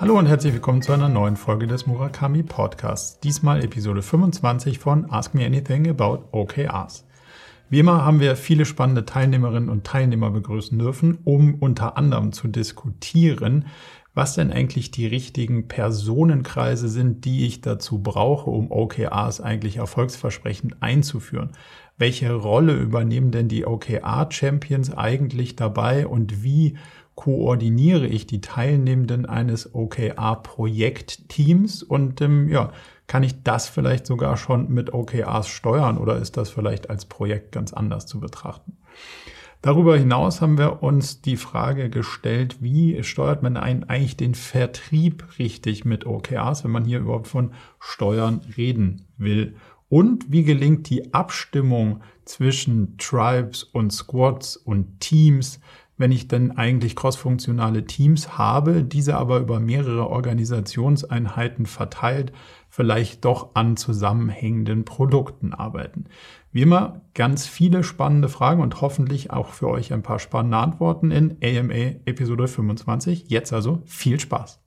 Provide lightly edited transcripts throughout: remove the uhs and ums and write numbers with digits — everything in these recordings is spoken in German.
Hallo und herzlich willkommen zu einer neuen Folge des Murakami Podcasts. Diesmal Episode 25 von Ask Me Anything About OKRs. Wie immer haben wir viele spannende Teilnehmerinnen und Teilnehmer begrüßen dürfen, um unter anderem zu diskutieren, was denn eigentlich die richtigen Personenkreise sind, die ich dazu brauche, um OKRs eigentlich erfolgsversprechend einzuführen. Welche Rolle übernehmen denn die OKR-Champions eigentlich dabei und wie koordiniere ich die Teilnehmenden eines OKR-Projektteams und kann ich das vielleicht sogar schon mit OKRs steuern oder ist das vielleicht als Projekt ganz anders zu betrachten? Darüber hinaus haben wir uns die Frage gestellt, wie steuert man eigentlich den Vertrieb richtig mit OKRs, wenn man hier überhaupt von Steuern reden will? Und wie gelingt die Abstimmung zwischen Tribes und Squads und Teams, wenn ich denn eigentlich crossfunktionale Teams habe, diese aber über mehrere Organisationseinheiten verteilt, vielleicht doch an zusammenhängenden Produkten arbeiten. Wie immer ganz viele spannende Fragen und hoffentlich auch für euch ein paar spannende Antworten in AMA Episode 25. Jetzt also viel Spaß!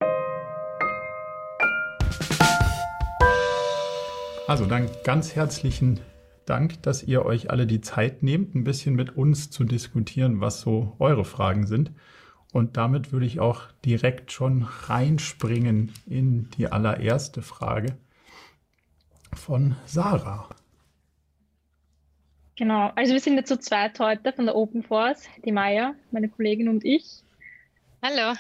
Also dann ganz herzlichen Dank, dass ihr euch alle die Zeit nehmt, ein bisschen mit uns zu diskutieren, was so eure Fragen sind. Und damit würde ich auch direkt schon reinspringen in die allererste Frage von Sarah. Genau, also wir sind jetzt zu zweit heute von der Open Force, die Maya, meine Kollegin und ich. Hallo.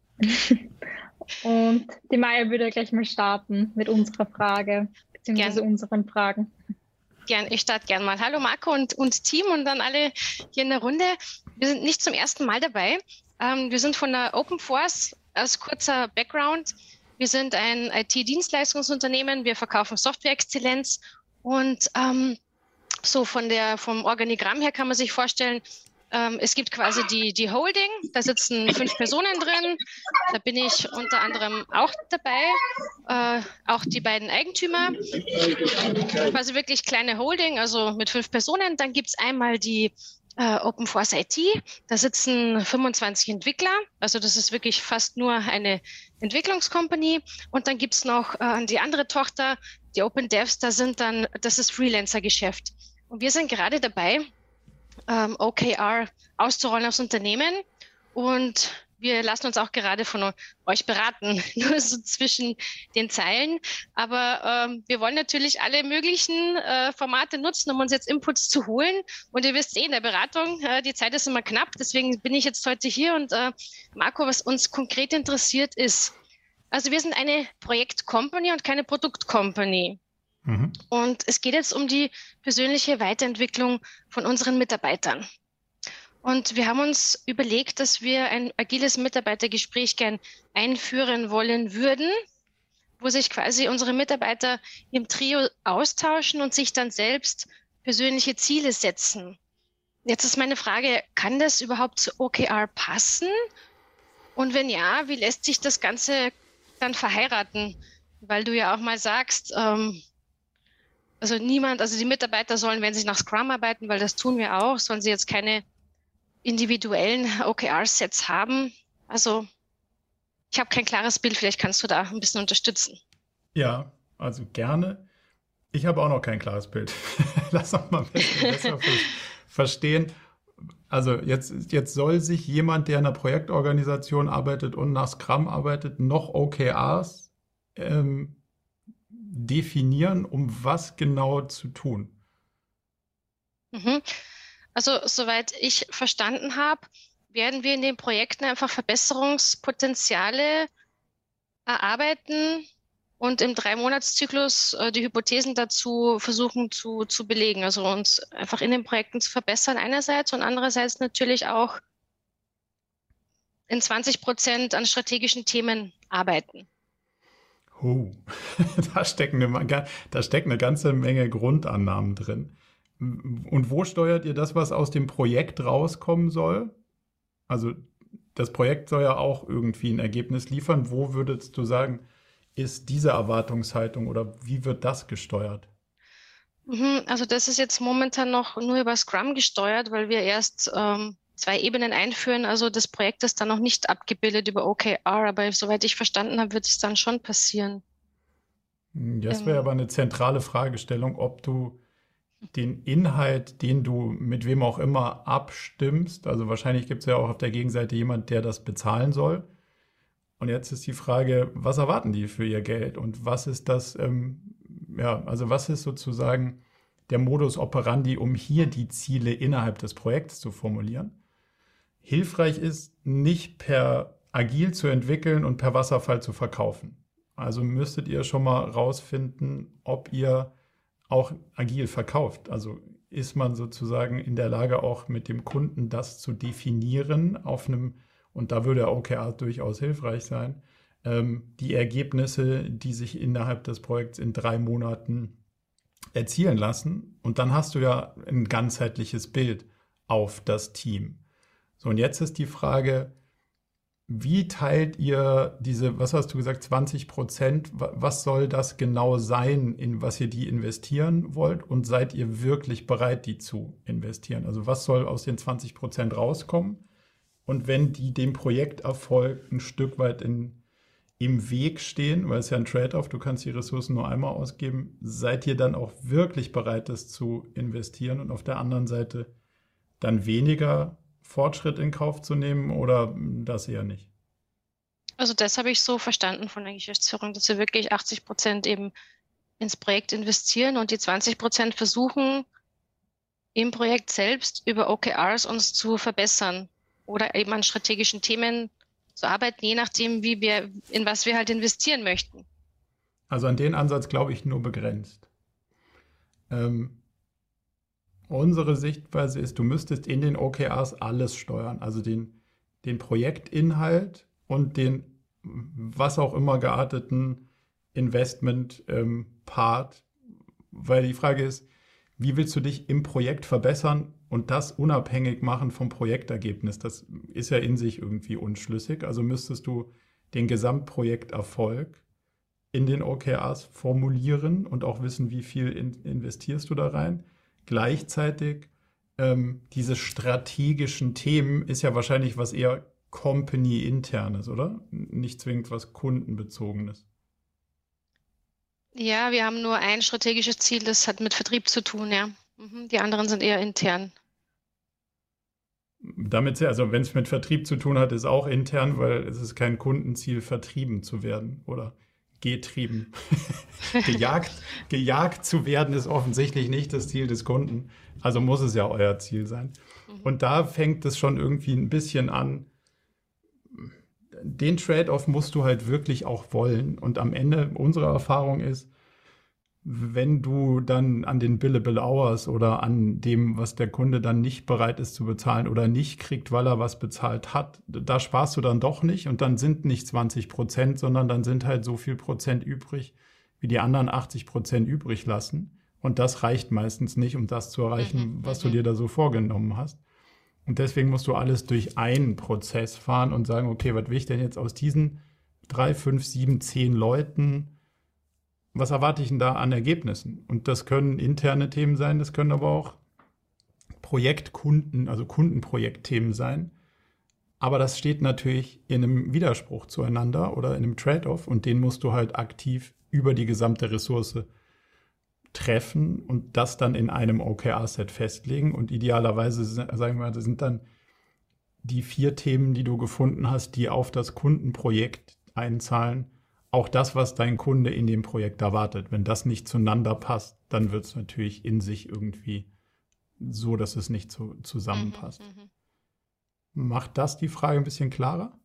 Und die Maya würde gleich mal starten mit unserer Frage, beziehungsweise unseren Fragen. Ich starte gern mal. Hallo Marco und Team und dann alle hier in der Runde. Wir sind nicht zum ersten Mal dabei. Wir sind von der Open Force, als kurzer Background. Wir sind ein IT-Dienstleistungsunternehmen. Wir verkaufen Software-Exzellenz und vom Organigramm her kann man sich vorstellen, es gibt quasi die Holding, da sitzen 5 Personen drin, da bin ich unter anderem auch dabei, auch die beiden Eigentümer, quasi wirklich kleine Holding, also mit 5 Personen. Dann gibt es einmal die Open Force IT, da sitzen 25 Entwickler, also das ist wirklich fast nur eine Entwicklungscompany. Und dann gibt es noch die andere Tochter, die Open Devs, das ist Freelancer-Geschäft. Und wir sind gerade dabei, OKR auszurollen aufs Unternehmen und wir lassen uns auch gerade von euch beraten, nur so zwischen den Zeilen. Aber wir wollen natürlich alle möglichen Formate nutzen, um uns jetzt Inputs zu holen. Und ihr wisst in der Beratung, die Zeit ist immer knapp, deswegen bin ich jetzt heute hier. Und Marco, was uns konkret interessiert ist, also wir sind eine Projekt-Company und keine Produkt-Company. Und es geht jetzt um die persönliche Weiterentwicklung von unseren Mitarbeitern. Und wir haben uns überlegt, dass wir ein agiles Mitarbeitergespräch gern einführen wollen würden, wo sich quasi unsere Mitarbeiter im Trio austauschen und sich dann selbst persönliche Ziele setzen. Jetzt ist meine Frage, kann das überhaupt zu OKR passen? Und wenn ja, wie lässt sich das Ganze dann verheiraten? Weil du ja auch mal sagst, also die Mitarbeiter sollen, wenn sie nach Scrum arbeiten, weil das tun wir auch, sollen sie jetzt keine individuellen OKR-Sets haben. Also ich habe kein klares Bild, vielleicht kannst du da ein bisschen unterstützen. Ja, also gerne. Ich habe auch noch kein klares Bild. Lass uns mal ein bisschen besser verstehen. Also jetzt soll sich jemand, der in einer Projektorganisation arbeitet und nach Scrum arbeitet, noch OKRs definieren, um was genau zu tun? Also soweit ich verstanden habe, werden wir in den Projekten einfach Verbesserungspotenziale erarbeiten und im 3-Monats-Zyklus die Hypothesen dazu versuchen zu belegen. Also uns einfach in den Projekten zu verbessern einerseits und andererseits natürlich auch in 20% an strategischen Themen arbeiten. Oh, da steckt eine ganze Menge Grundannahmen drin. Und wo steuert ihr das, was aus dem Projekt rauskommen soll? Also das Projekt soll ja auch irgendwie ein Ergebnis liefern. Wo würdest du sagen, ist diese Erwartungshaltung oder wie wird das gesteuert? Also das ist jetzt momentan noch nur über Scrum gesteuert, weil wir erst 2 Ebenen einführen. Also das Projekt ist dann noch nicht abgebildet über OKR, aber soweit ich verstanden habe, wird es dann schon passieren. Das wäre aber eine zentrale Fragestellung, ob du den Inhalt, den du mit wem auch immer abstimmst, also wahrscheinlich gibt es ja auch auf der Gegenseite jemand, der das bezahlen soll. Und jetzt ist die Frage, was erwarten die für ihr Geld und was ist das, also was ist sozusagen der Modus operandi, um hier die Ziele innerhalb des Projekts zu formulieren? Hilfreich ist, nicht per agil zu entwickeln und per Wasserfall zu verkaufen. Also müsstet ihr schon mal rausfinden, ob ihr auch agil verkauft. Also ist man sozusagen in der Lage, auch mit dem Kunden das zu definieren auf einem, und da würde OKR durchaus hilfreich sein, die Ergebnisse, die sich innerhalb des Projekts in 3 Monaten erzielen lassen. Und dann hast du ja ein ganzheitliches Bild auf das Team. So, und jetzt ist die Frage, wie teilt ihr diese, was hast du gesagt, 20%? Was soll das genau sein, in was ihr die investieren wollt? Und seid ihr wirklich bereit, die zu investieren? Also was soll aus den 20% rauskommen? Und wenn die dem Projekterfolg ein Stück weit im Weg stehen, weil es ja ein Trade-off, du kannst die Ressourcen nur einmal ausgeben, seid ihr dann auch wirklich bereit, das zu investieren und auf der anderen Seite dann weniger Fortschritt in Kauf zu nehmen oder das eher nicht? Also das habe ich so verstanden von der Geschäftsführung, dass wir wirklich 80% eben ins Projekt investieren und die 20% versuchen, im Projekt selbst über OKRs uns zu verbessern oder eben an strategischen Themen zu arbeiten, je nachdem, in was wir halt investieren möchten. Also an den Ansatz glaube ich nur begrenzt. Unsere Sichtweise ist, du müsstest in den OKRs alles steuern, also den Projektinhalt und den was auch immer gearteten Investment-Part, weil die Frage ist, wie willst du dich im Projekt verbessern und das unabhängig machen vom Projektergebnis? Das ist ja in sich irgendwie unschlüssig. Also müsstest du den Gesamtprojekterfolg in den OKRs formulieren und auch wissen, wie viel investierst du da rein. Gleichzeitig diese strategischen Themen ist ja wahrscheinlich was eher Company-internes, oder? Nicht zwingend was Kundenbezogenes. Ja, wir haben nur ein strategisches Ziel, das hat mit Vertrieb zu tun, ja. Die anderen sind eher intern. Damit, also wenn es mit Vertrieb zu tun hat, ist auch intern, weil es ist kein Kundenziel, vertrieben zu werden oder getrieben. Gejagt zu werden ist offensichtlich nicht das Ziel des Kunden. Also muss es ja euer Ziel sein. Und da fängt es schon irgendwie ein bisschen an. Den Trade-off musst du halt wirklich auch wollen. Und am Ende unserer Erfahrung ist, wenn du dann an den Billable Hours oder an dem, was der Kunde dann nicht bereit ist zu bezahlen oder nicht kriegt, weil er was bezahlt hat, da sparst du dann doch nicht und dann sind nicht 20%, sondern dann sind halt so viel Prozent übrig, wie die anderen 80% übrig lassen. Und das reicht meistens nicht, um das zu erreichen, was du dir da so vorgenommen hast. Und deswegen musst du alles durch einen Prozess fahren und sagen, okay, was will ich denn jetzt aus diesen 3, 5, 7, 10 Leuten? Was erwarte ich denn da an Ergebnissen? Und das können interne Themen sein, das können aber auch Projektkunden, also Kundenprojektthemen sein. Aber das steht natürlich in einem Widerspruch zueinander oder in einem Trade-off und den musst du halt aktiv über die gesamte Ressource treffen und das dann in einem OKR-Set festlegen. Und idealerweise, sagen wir mal, das sind dann die 4 Themen, die du gefunden hast, die auf das Kundenprojekt einzahlen. Auch das, was dein Kunde in dem Projekt erwartet. Wenn das nicht zueinander passt, dann wird es natürlich in sich irgendwie so, dass es nicht zusammenpasst. Macht das die Frage ein bisschen klarer?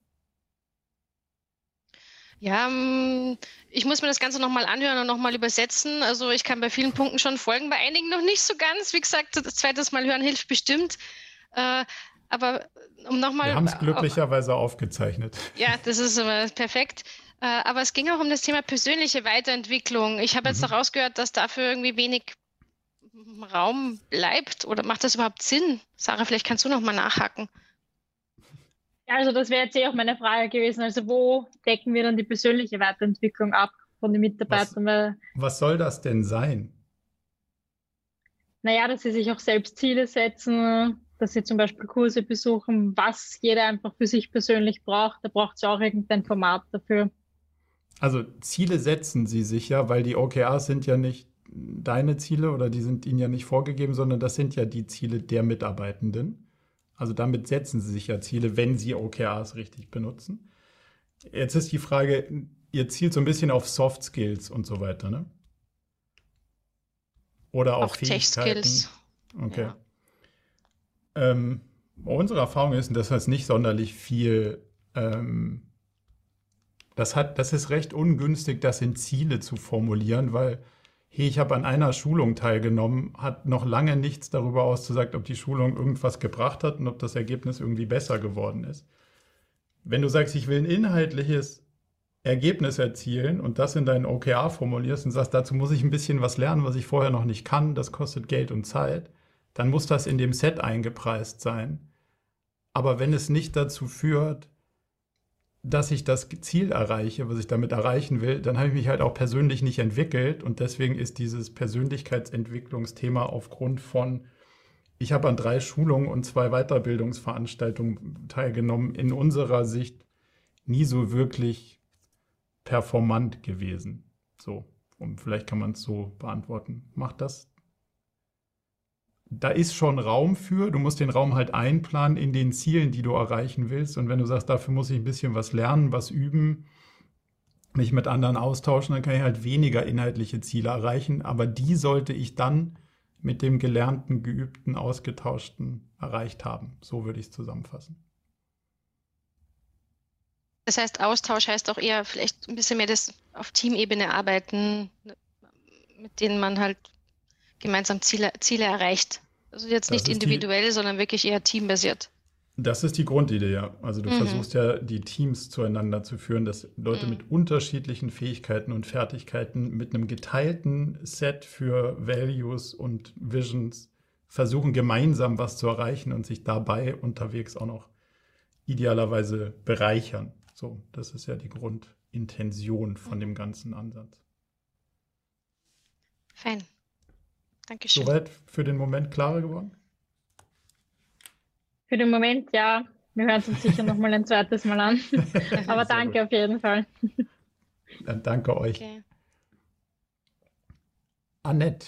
Ja, ich muss mir das Ganze nochmal anhören und nochmal übersetzen. Also ich kann bei vielen Punkten schon folgen, bei einigen noch nicht so ganz. Wie gesagt, das zweites Mal hören hilft bestimmt. Aber um nochmal... Wir haben es glücklicherweise aufgezeichnet. Ja, das ist aber perfekt. Aber es ging auch um das Thema persönliche Weiterentwicklung. Ich habe jetzt daraus gehört, dass dafür irgendwie wenig Raum bleibt. Oder macht das überhaupt Sinn? Sarah, vielleicht kannst du nochmal nachhaken. Also das wäre jetzt auch meine Frage gewesen. Also wo decken wir dann die persönliche Weiterentwicklung ab von den Mitarbeitern? Was soll das denn sein? Naja, dass sie sich auch selbst Ziele setzen, dass sie zum Beispiel Kurse besuchen, was jeder einfach für sich persönlich braucht. Da braucht es auch irgendein Format dafür. Also Ziele setzen Sie sich ja, weil die OKRs sind ja nicht deine Ziele oder die sind Ihnen ja nicht vorgegeben, sondern das sind ja die Ziele der Mitarbeitenden. Also damit setzen Sie sich ja Ziele, wenn Sie OKRs richtig benutzen. Jetzt ist die Frage, ihr zielt so ein bisschen auf Soft Skills und so weiter, ne? Oder auf Auch Fähigkeiten. Tech-Skills. Okay. Ja. Unsere Erfahrung ist, dass das nicht sonderlich viel, das ist recht ungünstig, das in Ziele zu formulieren, weil, hey, ich habe an einer Schulung teilgenommen, hat noch lange nichts darüber ausgesagt, ob die Schulung irgendwas gebracht hat und ob das Ergebnis irgendwie besser geworden ist. Wenn du sagst, ich will ein inhaltliches Ergebnis erzielen und das in deinen OKR formulierst und sagst, dazu muss ich ein bisschen was lernen, was ich vorher noch nicht kann, das kostet Geld und Zeit, dann muss das in dem Set eingepreist sein. Aber wenn es nicht dazu führt, dass ich das Ziel erreiche, was ich damit erreichen will, dann habe ich mich halt auch persönlich nicht entwickelt und deswegen ist dieses Persönlichkeitsentwicklungsthema aufgrund von, ich habe an 3 Schulungen und 2 Weiterbildungsveranstaltungen teilgenommen, in unserer Sicht nie so wirklich performant gewesen. So, und vielleicht kann man es so beantworten. Macht das? Da ist schon Raum für, du musst den Raum halt einplanen in den Zielen, die du erreichen willst. Und wenn du sagst, dafür muss ich ein bisschen was lernen, was üben, mich mit anderen austauschen, dann kann ich halt weniger inhaltliche Ziele erreichen. Aber die sollte ich dann mit dem Gelernten, Geübten, Ausgetauschten erreicht haben. So würde ich es zusammenfassen. Das heißt, Austausch heißt auch eher vielleicht ein bisschen mehr das auf Teamebene arbeiten, mit denen man halt gemeinsam Ziele erreicht. Also jetzt nicht individuell, sondern wirklich eher teambasiert. Das ist die Grundidee, ja. Also du versuchst ja, die Teams zueinander zu führen, dass Leute mit unterschiedlichen Fähigkeiten und Fertigkeiten mit einem geteilten Set für Values und Visions versuchen, gemeinsam was zu erreichen und sich dabei unterwegs auch noch idealerweise bereichern. So, das ist ja die Grundintention von dem ganzen Ansatz. Fein. Dankeschön. Soweit für den Moment klarer geworden? Für den Moment, ja. Wir hören es uns sicher nochmal ein zweites Mal an. Aber Sehr danke gut. auf jeden Fall. Dann danke euch. Okay. Annette.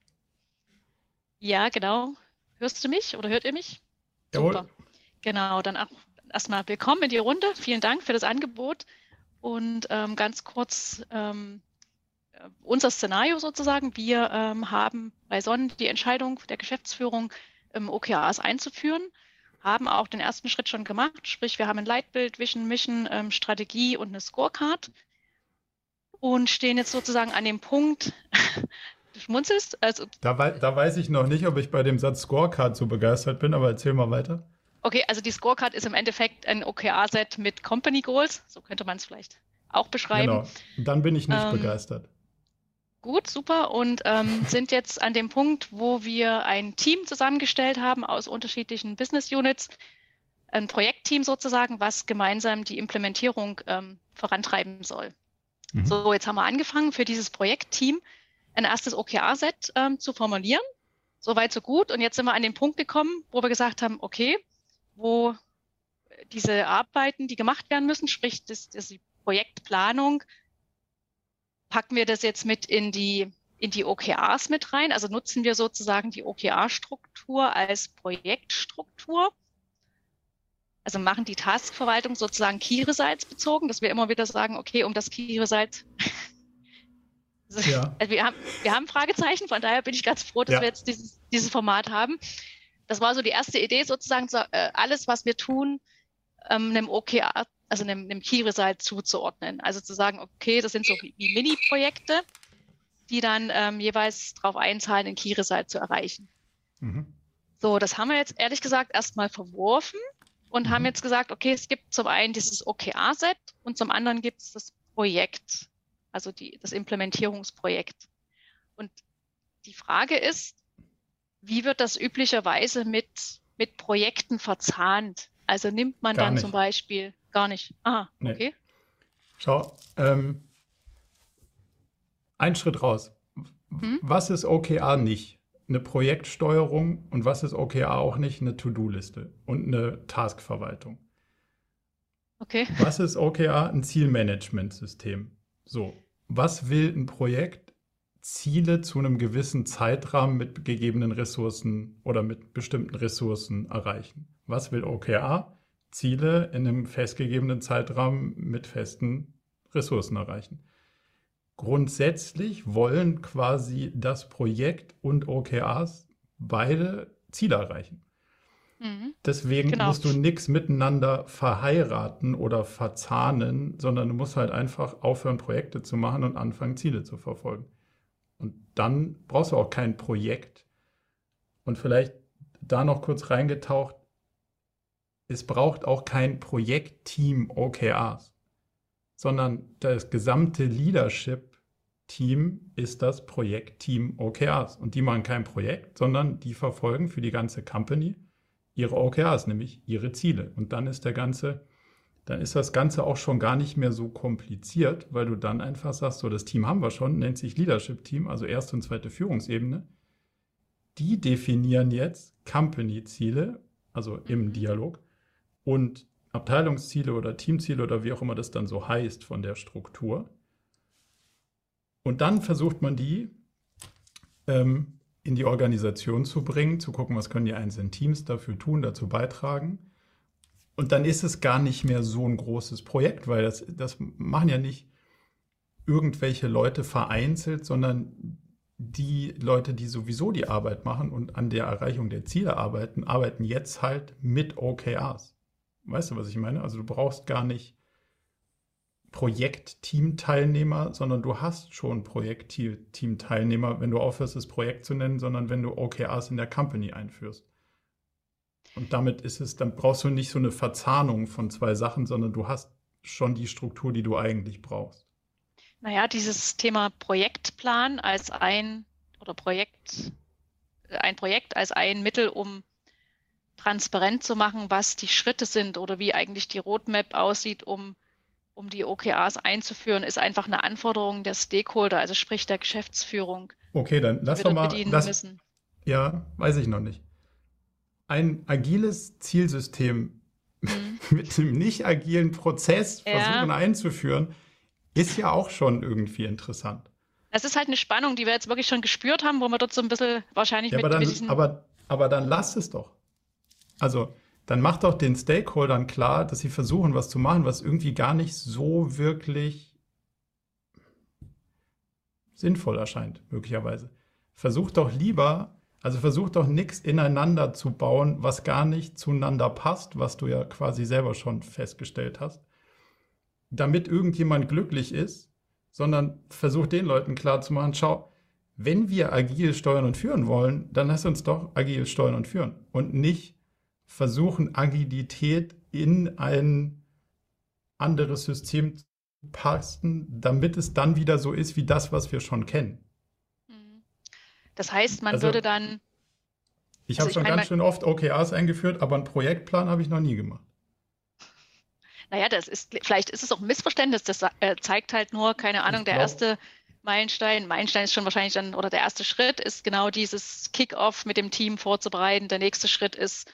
Ja, genau. Hörst du mich oder hört ihr mich? Jawohl. Super. Genau, dann auch erstmal willkommen in die Runde. Vielen Dank für das Angebot. Und ganz kurz unser Szenario sozusagen. Wir haben bei Sonnen die Entscheidung der Geschäftsführung, OKRs einzuführen, haben auch den ersten Schritt schon gemacht. Sprich, wir haben ein Leitbild, Vision, Mission, Strategie und eine Scorecard und stehen jetzt sozusagen an dem Punkt, du schmunzelst, also Da weiß ich noch nicht, ob ich bei dem Satz Scorecard so begeistert bin, aber erzähl mal weiter. okay, also die Scorecard ist im Endeffekt ein OKR-Set mit Company Goals, so könnte man es vielleicht auch beschreiben. Genau, und dann bin ich nicht begeistert. Gut, super. Und sind jetzt an dem Punkt, wo wir ein Team zusammengestellt haben aus unterschiedlichen Business Units, ein Projektteam sozusagen, was gemeinsam die Implementierung vorantreiben soll. So, jetzt haben wir angefangen, für dieses Projektteam ein erstes OKR-Set zu formulieren. Soweit, so gut. Und jetzt sind wir an den Punkt gekommen, wo wir gesagt haben, okay, wo diese Arbeiten, die gemacht werden müssen, sprich die Projektplanung, packen wir das jetzt mit in die OKRs mit rein? Also nutzen wir sozusagen die OKR-Struktur als Projektstruktur? Also machen die Taskverwaltung sozusagen Key-Results bezogen, dass wir immer wieder sagen, okay, um das Key-Result, Ja. also wir haben Fragezeichen, von daher bin ich ganz froh, dass wir jetzt dieses Format haben. Das war so die erste Idee sozusagen, so, alles, was wir tun, einem OKR, also einem Key-Result zuzuordnen. Also zu sagen, okay, das sind so wie Mini-Projekte, die dann jeweils darauf einzahlen, den Key-Result zu erreichen. So, das haben wir jetzt ehrlich gesagt erstmal verworfen und haben jetzt gesagt, okay, es gibt zum einen dieses OKR-Set und zum anderen gibt es das Projekt, also das Implementierungsprojekt. Und die Frage ist, wie wird das üblicherweise mit Projekten verzahnt? Also nimmt man dann zum Beispiel gar nicht. Aha, okay. Nee. Schau, ein Schritt raus. Was ist OKR nicht? eine Projektsteuerung und was ist OKR auch nicht? Eine To-Do-Liste und eine Taskverwaltung. Okay. Was ist OKR? Ein Zielmanagementsystem. So, was will ein Projekt? Ziele zu einem gewissen Zeitrahmen mit gegebenen Ressourcen oder mit bestimmten Ressourcen erreichen. Was will OKR? Ziele in einem festgegebenen Zeitrahmen mit festen Ressourcen erreichen. Grundsätzlich wollen quasi das Projekt und OKRs beide Ziele erreichen. Deswegen Genau. musst du nichts miteinander verheiraten oder verzahnen, sondern du musst halt einfach aufhören, Projekte zu machen und anfangen, Ziele zu verfolgen. Und dann brauchst du auch kein Projekt. Und vielleicht da noch kurz reingetaucht, es braucht auch kein Projektteam OKRs, sondern das gesamte Leadership-Team ist das Projektteam OKRs. Und die machen kein Projekt, sondern die verfolgen für die ganze Company ihre OKRs, nämlich ihre Ziele. Und dann ist das Ganze auch schon gar nicht mehr so kompliziert, weil du dann einfach sagst, so das Team haben wir schon, nennt sich Leadership-Team, also erste und zweite Führungsebene. Die definieren jetzt Company-Ziele, also im Dialog, und Abteilungsziele oder Teamziele oder wie auch immer das dann so heißt von der Struktur. Und dann versucht man die in die Organisation zu bringen, zu gucken, was können die einzelnen Teams dafür tun, dazu beitragen. Und dann ist es gar nicht mehr so ein großes Projekt, weil das machen ja nicht irgendwelche Leute vereinzelt, sondern die Leute, die sowieso die Arbeit machen und an der Erreichung der Ziele arbeiten jetzt halt mit OKRs. Weißt du, was ich meine? Also du brauchst gar nicht Projekt-Team-Teilnehmer, sondern du hast schon Projekt-Team-Teilnehmer, wenn du aufhörst, das Projekt zu nennen, sondern wenn du OKRs in der Company einführst. Und damit dann brauchst du nicht so eine Verzahnung von zwei Sachen, sondern du hast schon die Struktur, die du eigentlich brauchst. Naja, dieses Thema Projektplan als ein Projekt als ein Mittel, um transparent zu machen, was die Schritte sind oder wie eigentlich die Roadmap aussieht, um die OKRs einzuführen, ist einfach eine Anforderung der Stakeholder, also sprich der Geschäftsführung. Okay, dann lass doch mal. Müssen. Ja, weiß ich noch nicht. Ein agiles Zielsystem mit einem nicht agilen Prozess versuchen einzuführen, ist ja auch schon irgendwie interessant. Das ist halt eine Spannung, die wir jetzt wirklich schon gespürt haben, wo wir dort so ein bisschen wahrscheinlich aber dann lass es doch. Also dann mach doch den Stakeholdern klar, dass sie versuchen, was zu machen, was irgendwie gar nicht so wirklich sinnvoll erscheint, möglicherweise. Versuch doch nichts ineinander zu bauen, was gar nicht zueinander passt, was du ja quasi selber schon festgestellt hast, damit irgendjemand glücklich ist, sondern versuch den Leuten klarzumachen, schau, wenn wir agil steuern und führen wollen, dann lass uns doch agil steuern und führen und nicht versuchen, Agilität in ein anderes System zu passen, damit es dann wieder so ist wie das, was wir schon kennen. Das heißt, man würde dann... Ich habe schon ganz schön oft OKRs eingeführt, aber einen Projektplan habe ich noch nie gemacht. Naja, vielleicht ist es auch ein Missverständnis. Das zeigt halt nur, keine Ahnung, der erste Meilenstein ist schon wahrscheinlich dann, oder der erste Schritt ist genau dieses Kick-Off mit dem Team vorzubereiten. Der nächste Schritt ist,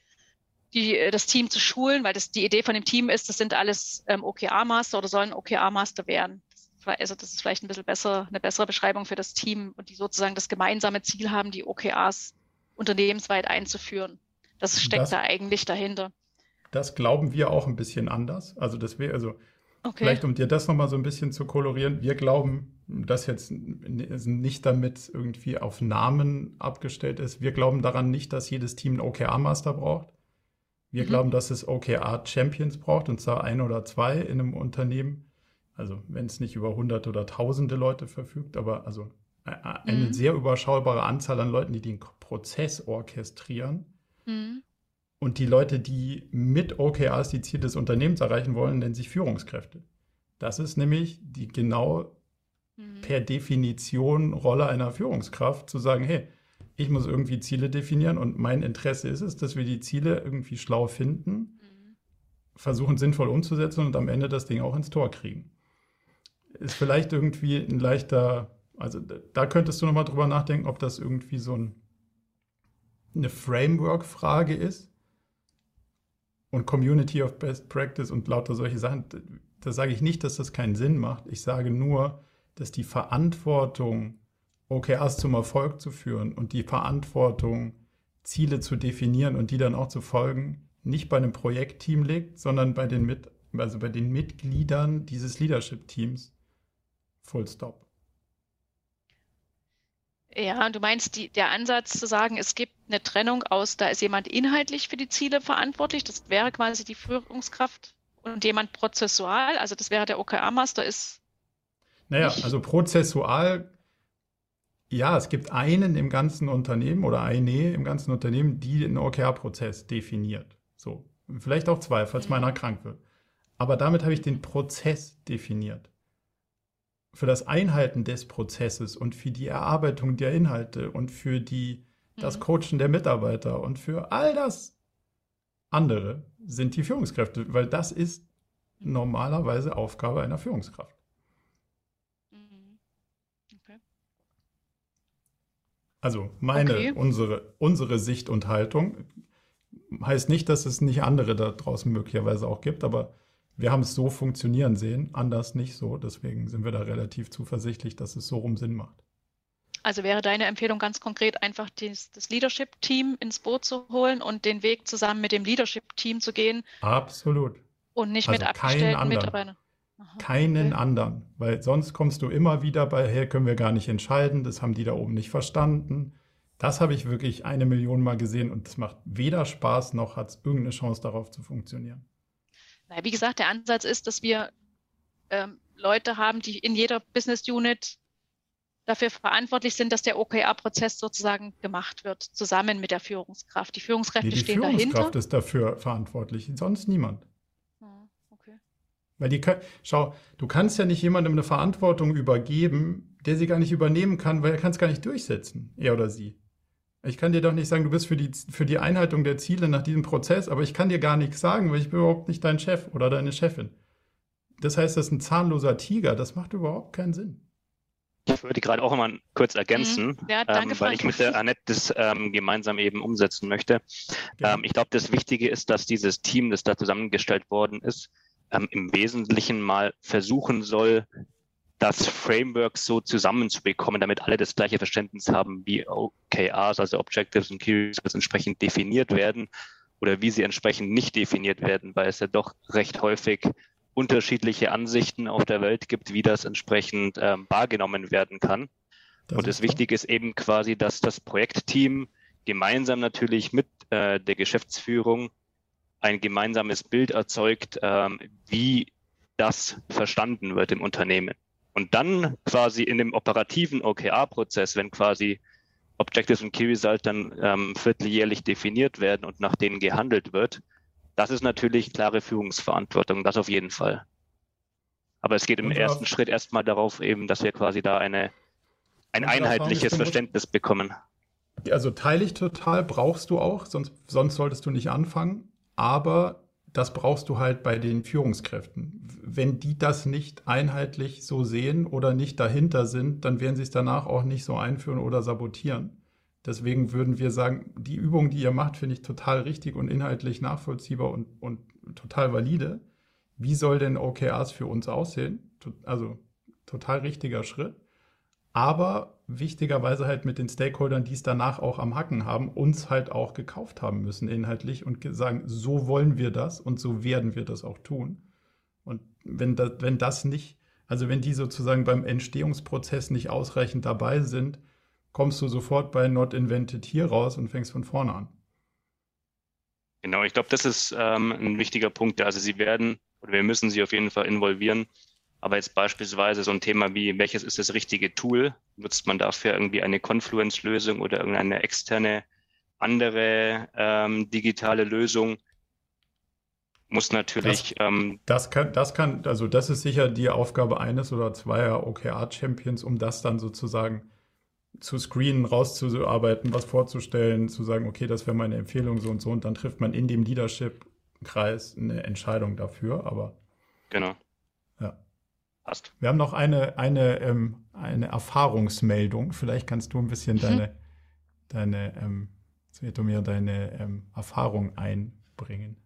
das Team zu schulen, weil die Idee von dem Team ist, das sind alles OKR-Master oder sollen OKR-Master werden. Also das ist vielleicht eine bessere Beschreibung für das Team und die sozusagen das gemeinsame Ziel haben, die OKRs unternehmensweit einzuführen. Das steckt da eigentlich dahinter. Das glauben wir auch ein bisschen anders. Also vielleicht um dir das nochmal so ein bisschen zu kolorieren, wir glauben, dass jetzt nicht damit irgendwie auf Namen abgestellt ist. Wir glauben daran nicht, dass jedes Team einen OKR-Master braucht. Wir glauben, dass es OKR-Champions braucht, und zwar 1 oder 2 in einem Unternehmen. Also wenn es nicht über Hunderte oder Tausende Leute verfügt, aber also eine sehr überschaubare Anzahl an Leuten, die den Prozess orchestrieren. Und die Leute, die mit OKRs die Ziele des Unternehmens erreichen wollen, nennen sich Führungskräfte. Das ist nämlich die genau per Definition Rolle einer Führungskraft, zu sagen, hey, ich muss irgendwie Ziele definieren und mein Interesse ist es, dass wir die Ziele irgendwie schlau finden, versuchen sinnvoll umzusetzen und am Ende das Ding auch ins Tor kriegen. Ist vielleicht irgendwie ein leichter, also da könntest du nochmal drüber nachdenken, ob das irgendwie so ein eine Framework-Frage ist und Community of Best Practice und lauter solche Sachen, da sage ich nicht, dass das keinen Sinn macht. Ich sage nur, dass die Verantwortung, OKRs zum Erfolg zu führen und die Verantwortung, Ziele zu definieren und die dann auch zu folgen, nicht bei einem Projektteam liegt, sondern bei den Mitgliedern dieses Leadership-Teams. Full stop. Ja, und du meinst der Ansatz zu sagen, es gibt eine Trennung aus, da ist jemand inhaltlich für die Ziele verantwortlich, das wäre quasi die Führungskraft, und jemand prozessual, also das wäre der OKR-Master, ist. Naja, nicht. Also prozessual, ja, es gibt einen im ganzen Unternehmen oder eine im ganzen Unternehmen, die den OKR-Prozess definiert. So, vielleicht auch zwei, falls mal einer krank wird. Aber damit habe ich den Prozess definiert. Für das Einhalten des Prozesses und für die Erarbeitung der Inhalte und für das Coachen der Mitarbeiter und für all das andere sind die Führungskräfte, weil das ist normalerweise Aufgabe einer Führungskraft. Okay. Also Okay. unsere Sicht und Haltung heißt nicht, dass es nicht andere da draußen möglicherweise auch gibt, aber wir haben es so funktionieren sehen, anders nicht so. Deswegen sind wir da relativ zuversichtlich, dass es so rum Sinn macht. Also wäre deine Empfehlung ganz konkret, einfach das Leadership-Team ins Boot zu holen und den Weg zusammen mit dem Leadership-Team zu gehen Absolut. und nicht Also mit keinen abgestellten anderen. Mitarbeitern? Aha, Keinen okay. anderen, weil sonst kommst du immer wieder bei, hey, können wir gar nicht entscheiden, das haben die da oben nicht verstanden. Das habe ich wirklich 1 Million Mal gesehen und das macht weder Spaß noch hat es irgendeine Chance darauf zu funktionieren. Naja, wie gesagt, der Ansatz ist, dass wir Leute haben, die in jeder Business Unit dafür verantwortlich sind, dass der OKR-Prozess sozusagen gemacht wird, zusammen mit der Führungskraft. Die Führungskräfte Nee, die stehen Führungskraft dahinter. ist dafür verantwortlich, sonst niemand. Okay. Weil schau, du kannst ja nicht jemandem eine Verantwortung übergeben, der sie gar nicht übernehmen kann, weil er kann es gar nicht durchsetzen, er oder sie. Ich kann dir doch nicht sagen, du bist für die Einhaltung der Ziele nach diesem Prozess, aber ich kann dir gar nichts sagen, weil ich bin überhaupt nicht dein Chef oder deine Chefin. Das heißt, das ist ein zahnloser Tiger, das macht überhaupt keinen Sinn. Ich würde gerade auch mal kurz ergänzen, Ja, danke, weil ich mit der Annette das gemeinsam eben umsetzen möchte. Ja. Ich glaube, das Wichtige ist, dass dieses Team, das da zusammengestellt worden ist, im Wesentlichen mal versuchen soll, das Framework so zusammenzubekommen, damit alle das gleiche Verständnis haben, wie OKRs, also Objectives und Key Results, entsprechend definiert werden oder wie sie entsprechend nicht definiert werden, weil es ja doch recht häufig unterschiedliche Ansichten auf der Welt gibt, wie das entsprechend wahrgenommen werden kann. Und das Wichtige ist eben quasi, dass das Projektteam gemeinsam natürlich mit der Geschäftsführung ein gemeinsames Bild erzeugt, wie das verstanden wird im Unternehmen. Und dann quasi in dem operativen OKR-Prozess, wenn quasi Objectives und Key Result dann vierteljährlich definiert werden und nach denen gehandelt wird, das ist natürlich klare Führungsverantwortung, das auf jeden Fall. Aber es geht im ersten Schritt erstmal darauf eben, dass wir quasi da ein einheitliches Verständnis bekommen. Also teile ich total, brauchst du auch, sonst solltest du nicht anfangen, aber das brauchst du halt bei den Führungskräften. Wenn die das nicht einheitlich so sehen oder nicht dahinter sind, dann werden sie es danach auch nicht so einführen oder sabotieren. Deswegen würden wir sagen, die Übung, die ihr macht, finde ich total richtig und inhaltlich nachvollziehbar und total valide. Wie soll denn OKRs für uns aussehen? Also total richtiger Schritt. Aber wichtigerweise halt mit den Stakeholdern, die es danach auch am Hacken haben, uns halt auch gekauft haben müssen inhaltlich und sagen, so wollen wir das und so werden wir das auch tun. Und wenn das nicht, also wenn die sozusagen beim Entstehungsprozess nicht ausreichend dabei sind, kommst du sofort bei Not Invented Here raus und fängst von vorne an. Genau, ich glaube, das ist ein wichtiger Punkt. Also wir müssen sie auf jeden Fall involvieren. Aber jetzt beispielsweise so ein Thema wie, welches ist das richtige Tool? Nutzt man dafür irgendwie eine Confluence-Lösung oder irgendeine externe andere digitale Lösung? Muss natürlich... Das ist sicher die Aufgabe eines oder zweier OKR-Champions, um das dann sozusagen zu screenen, rauszuarbeiten, was vorzustellen, zu sagen, okay, das wäre meine Empfehlung so und dann trifft man in dem Leadership-Kreis eine Entscheidung dafür, aber... Genau. Ja. Passt. Wir haben noch eine Erfahrungsmeldung. Vielleicht kannst du ein bisschen deine Jetzt wird du mir deine Erfahrung einbringen.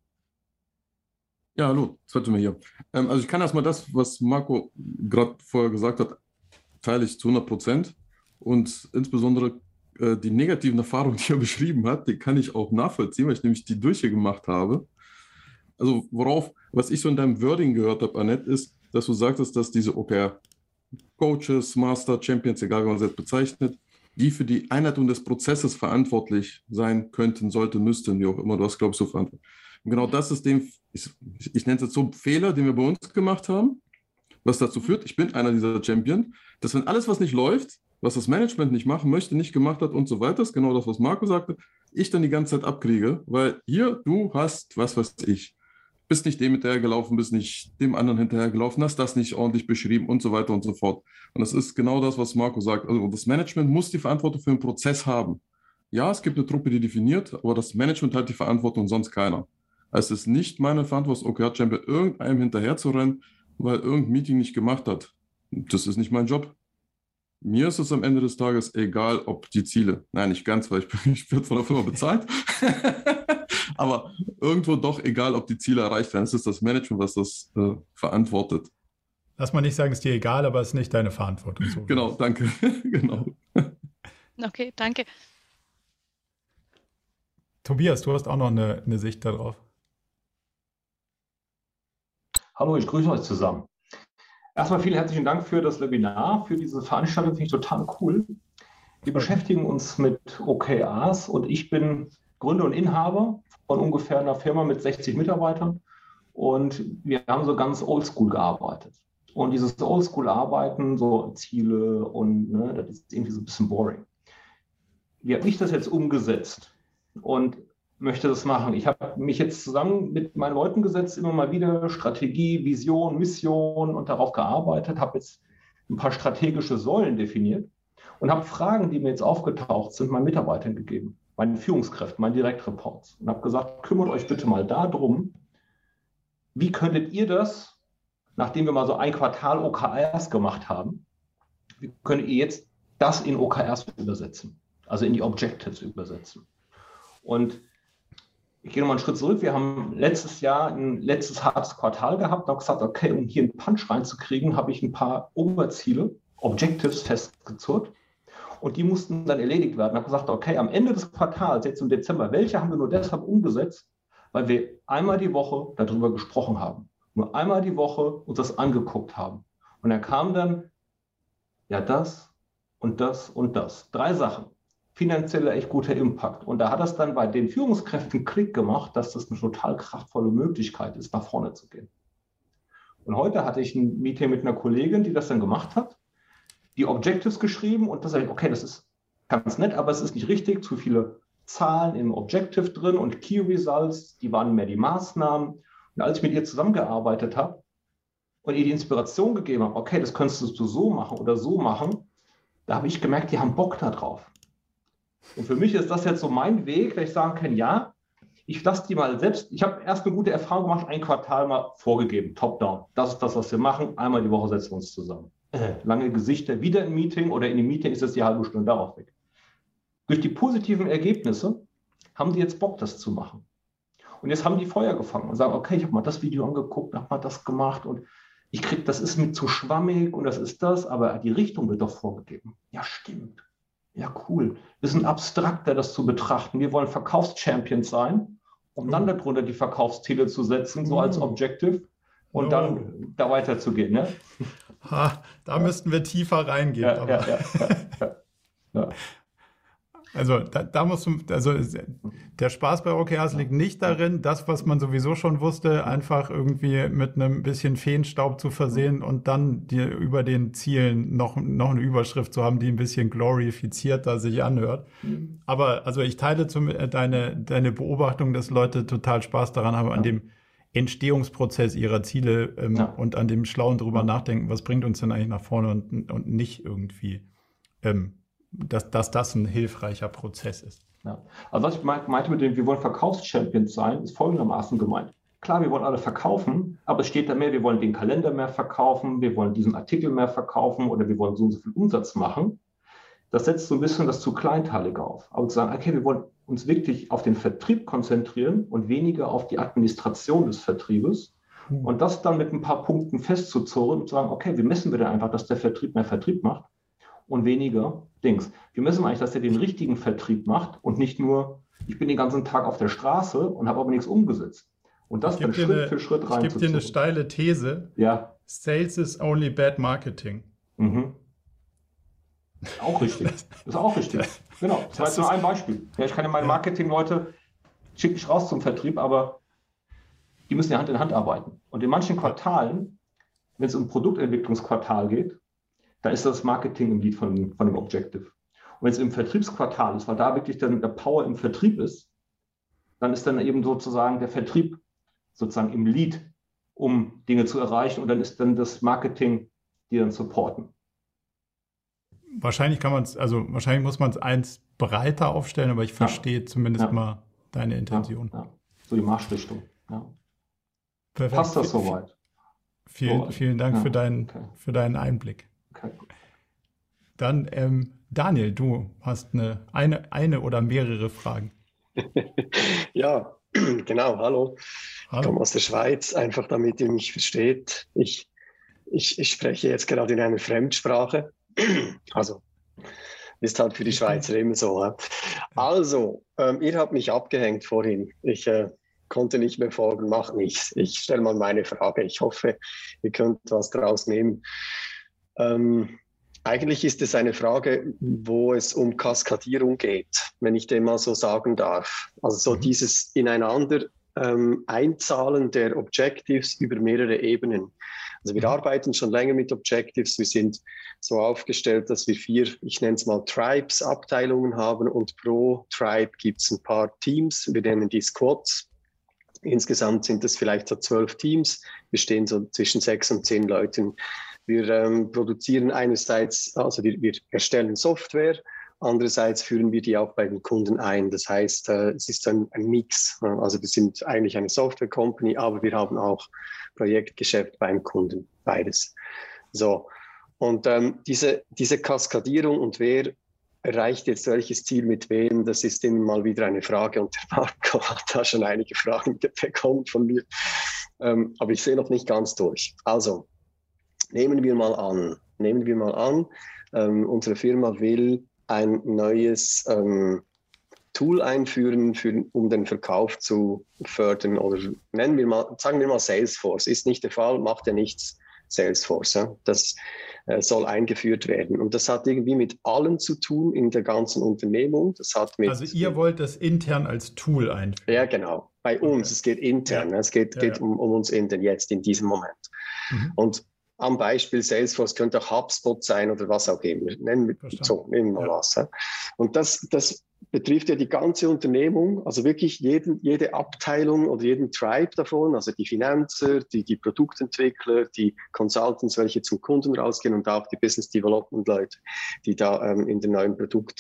Ja, hallo, Svetomir hier. Also ich kann erstmal das, was Marco gerade vorher gesagt hat, teile ich zu 100%. Und insbesondere die negativen Erfahrungen, die er beschrieben hat, die kann ich auch nachvollziehen, weil ich nämlich die durchgemacht habe. Also was ich so in deinem Wording gehört habe, Annette, ist, dass du sagtest, dass diese Coaches, Master, Champions, egal wie man sie jetzt bezeichnet, die für die Einleitung des Prozesses verantwortlich sein könnten, sollten, müssten, wie auch immer, du hast, glaube ich, so verantwortlich. Und genau das ist ich nenne es jetzt so, Fehler, den wir bei uns gemacht haben, was dazu führt, ich bin einer dieser Champion, dass wenn alles, was nicht läuft, was das Management nicht machen möchte, nicht gemacht hat und so weiter, ist genau das, was Marco sagte, ich dann die ganze Zeit abkriege, weil hier, du hast, was weiß ich, bist nicht dem hinterhergelaufen, bist nicht dem anderen hinterhergelaufen, hast das nicht ordentlich beschrieben und so weiter und so fort. Und das ist genau das, was Marco sagt. Also das Management muss die Verantwortung für den Prozess haben. Ja, es gibt eine Truppe, die definiert, aber das Management hat die Verantwortung, sonst keiner. Es ist nicht meine Verantwortung, OKR-Champion irgendeinem hinterher zu rennen, weil irgendein Meeting nicht gemacht hat. Das ist nicht mein Job. Mir ist es am Ende des Tages egal, ob die Ziele, nein, nicht ganz, weil ich werde von der Firma bezahlt, aber irgendwo doch egal, ob die Ziele erreicht werden. Es ist das Management, was das verantwortet. Lass mal nicht sagen, es ist dir egal, aber es ist nicht deine Verantwortung. So genau, danke. Genau. Okay, danke. Tobias, du hast auch noch eine Sicht darauf. Hallo, ich grüße euch zusammen. Erstmal vielen herzlichen Dank für das Webinar, für diese Veranstaltung, finde ich total cool. Wir beschäftigen uns mit OKRs und ich bin Gründer und Inhaber von ungefähr einer Firma mit 60 Mitarbeitern und wir haben so ganz oldschool gearbeitet. Und dieses Oldschool-Arbeiten, so Ziele und das ist irgendwie so ein bisschen boring. Wie habe ich das jetzt umgesetzt und möchte das machen? Ich habe mich jetzt zusammen mit meinen Leuten gesetzt, immer mal wieder Strategie, Vision, Mission und darauf gearbeitet, habe jetzt ein paar strategische Säulen definiert und habe Fragen, die mir jetzt aufgetaucht sind, meinen Mitarbeitern gegeben, meinen Führungskräften, meinen Direktreports und habe gesagt, kümmert euch bitte mal darum, wie könntet ihr das, nachdem wir mal so ein Quartal OKRs gemacht haben, wie könnt ihr jetzt das in OKRs übersetzen, also in die Objectives übersetzen? Und ich gehe nochmal einen Schritt zurück. Wir haben letztes Jahr ein letztes hartes Quartal gehabt und haben gesagt, okay, um hier einen Punch reinzukriegen, habe ich ein paar Oberziele, Objectives festgezurrt und die mussten dann erledigt werden. Ich habe gesagt, okay, am Ende des Quartals, jetzt im Dezember, welche haben wir nur deshalb umgesetzt, weil wir einmal die Woche darüber gesprochen haben, nur einmal die Woche uns das angeguckt haben. Und dann kam dann, ja, das und das und das. 3 Sachen. Finanzieller echt guter Impact. Und da hat das dann bei den Führungskräften Klick gemacht, dass das eine total kraftvolle Möglichkeit ist, nach vorne zu gehen. Und heute hatte ich ein Meeting mit einer Kollegin, die das dann gemacht hat, die Objectives geschrieben und da sage ich, okay, das ist ganz nett, aber es ist nicht richtig, zu viele Zahlen im Objective drin und Key Results, die waren mehr die Maßnahmen. Und als ich mit ihr zusammengearbeitet habe und ihr die Inspiration gegeben habe, okay, das könntest du so machen oder so machen, da habe ich gemerkt, die haben Bock da drauf. Und für mich ist das jetzt so mein Weg, dass ich sagen kann, ja, ich lasse die mal selbst, ich habe erst eine gute Erfahrung gemacht, ein Quartal mal vorgegeben, top-down. Das ist das, was wir machen, einmal die Woche setzen wir uns zusammen. Lange Gesichter, wieder ein Meeting oder in dem Meeting ist es die halbe Stunde darauf weg. Durch die positiven Ergebnisse haben die jetzt Bock, das zu machen. Und jetzt haben die Feuer gefangen und sagen, okay, ich habe mal das Video angeguckt, habe mal das gemacht und ich kriege, das ist mir zu schwammig und das ist das, aber die Richtung wird doch vorgegeben. Ja, stimmt. Ja, cool. Wir sind abstrakter, das zu betrachten. Wir wollen Verkaufschampions sein, um dann darunter die Verkaufsziele zu setzen, so als Objective und dann da weiterzugehen. Ne? Da müssten wir tiefer reingehen. Ja. Also da musst du, also der Spaß bei OKRs liegt nicht darin, das, was man sowieso schon wusste, einfach irgendwie mit einem bisschen Feenstaub zu versehen und dann dir über den Zielen noch eine Überschrift zu haben, die ein bisschen glorifizierter sich anhört. Aber also ich teile deine Beobachtung, dass Leute total Spaß daran haben, an dem Entstehungsprozess ihrer Ziele und an dem schlauen drüber nachdenken, was bringt uns denn eigentlich nach vorne und nicht irgendwie dass das ein hilfreicher Prozess ist. Ja. Also was ich meinte mit dem, wir wollen Verkaufschampions sein, ist folgendermaßen gemeint. Klar, wir wollen alle verkaufen, aber es steht da mehr, wir wollen den Kalender mehr verkaufen, wir wollen diesen Artikel mehr verkaufen oder wir wollen so und so viel Umsatz machen. das setzt so ein bisschen das zu kleinteilig auf. Aber zu sagen, okay, wir wollen uns wirklich auf den Vertrieb konzentrieren und weniger auf die Administration des Vertriebes. Und das dann mit ein paar Punkten festzuzurren und zu sagen, okay, wie messen wir denn einfach, dass der Vertrieb mehr Vertrieb macht und weniger Dings. Wir messen eigentlich, dass er den richtigen Vertrieb macht und nicht nur, ich bin den ganzen Tag auf der Straße und habe aber nichts umgesetzt. Und das dann Schritt für Schritt reinzuziehen. Ich gebe dir eine steile These. Ja. Sales is only bad marketing. Mhm. Auch richtig. Das ist auch richtig. Genau. Das war jetzt nur ein Beispiel. Ja, ich kann ja meine Marketing-Leute, schicke ich raus zum Vertrieb, aber die müssen ja Hand in Hand arbeiten. Und in manchen Quartalen, wenn es um Produktentwicklungsquartal geht, da ist das Marketing im Lead von dem Objective. Und wenn es im Vertriebsquartal ist, weil da wirklich dann der Power im Vertrieb ist, dann ist dann eben sozusagen der Vertrieb sozusagen im Lead, um Dinge zu erreichen. Und dann ist dann das Marketing, die dann supporten. Wahrscheinlich muss man es eins breiter aufstellen, aber ich verstehe zumindest mal deine Intention. Ja. So die Marschrichtung. Ja. Perfekt. Passt das soweit? Vielen Dank für deinen Einblick. Okay. Dann, Daniel, du hast eine oder mehrere Fragen. Ja, genau. Hallo. Ich komme aus der Schweiz, einfach damit ihr mich versteht. Ich spreche jetzt gerade in einer Fremdsprache. Also, ist halt für die Schweizer immer so. Ja. Also, ihr habt mich abgehängt vorhin. Ich konnte nicht mehr folgen, macht nichts. Ich stelle mal meine Frage. Ich hoffe, ihr könnt was draus nehmen. Eigentlich ist es eine Frage, wo es um Kaskadierung geht, wenn ich dem mal so sagen darf. Also so dieses ineinander Einzahlen der Objectives über mehrere Ebenen. Also wir arbeiten schon länger mit Objectives. Wir sind so aufgestellt, dass wir 4, ich nenne es mal Tribes, Abteilungen haben und pro Tribe gibt es ein paar Teams. Wir nennen die Squads. Insgesamt sind es vielleicht so 12 Teams. Wir stehen so zwischen 6 und 10 Leuten. Wir produzieren einerseits, also wir erstellen Software, andererseits führen wir die auch bei den Kunden ein. Das heißt, es ist ein Mix. Also wir sind eigentlich eine Software-Company, aber wir haben auch Projektgeschäft beim Kunden, beides. So, und diese Kaskadierung und wer erreicht jetzt welches Ziel mit wem, das ist immer mal wieder eine Frage und der Marco hat da schon einige Fragen bekommen von mir, aber ich sehe noch nicht ganz durch. Also, nehmen wir mal an, unsere Firma will ein neues Tool einführen, um den Verkauf zu fördern oder sagen wir mal Salesforce. Ist nicht der Fall, macht ja nichts Salesforce. Ja? Das soll eingeführt werden. Und das hat irgendwie mit allen zu tun in der ganzen Unternehmung. Also ihr wollt das intern als Tool einführen? Ja, genau. Bei uns, es geht intern. Ja. Es geht um uns intern jetzt, in diesem Moment. Mhm. Und am Beispiel Salesforce könnte auch HubSpot sein oder was auch immer. Nehmen wir mal was. Ja. Und das betrifft ja die ganze Unternehmung, also wirklich jede Abteilung oder jeden Tribe davon, also die Finanzer, die Produktentwickler, die Consultants, welche zum Kunden rausgehen und auch die Business Development Leute, die da in der neuen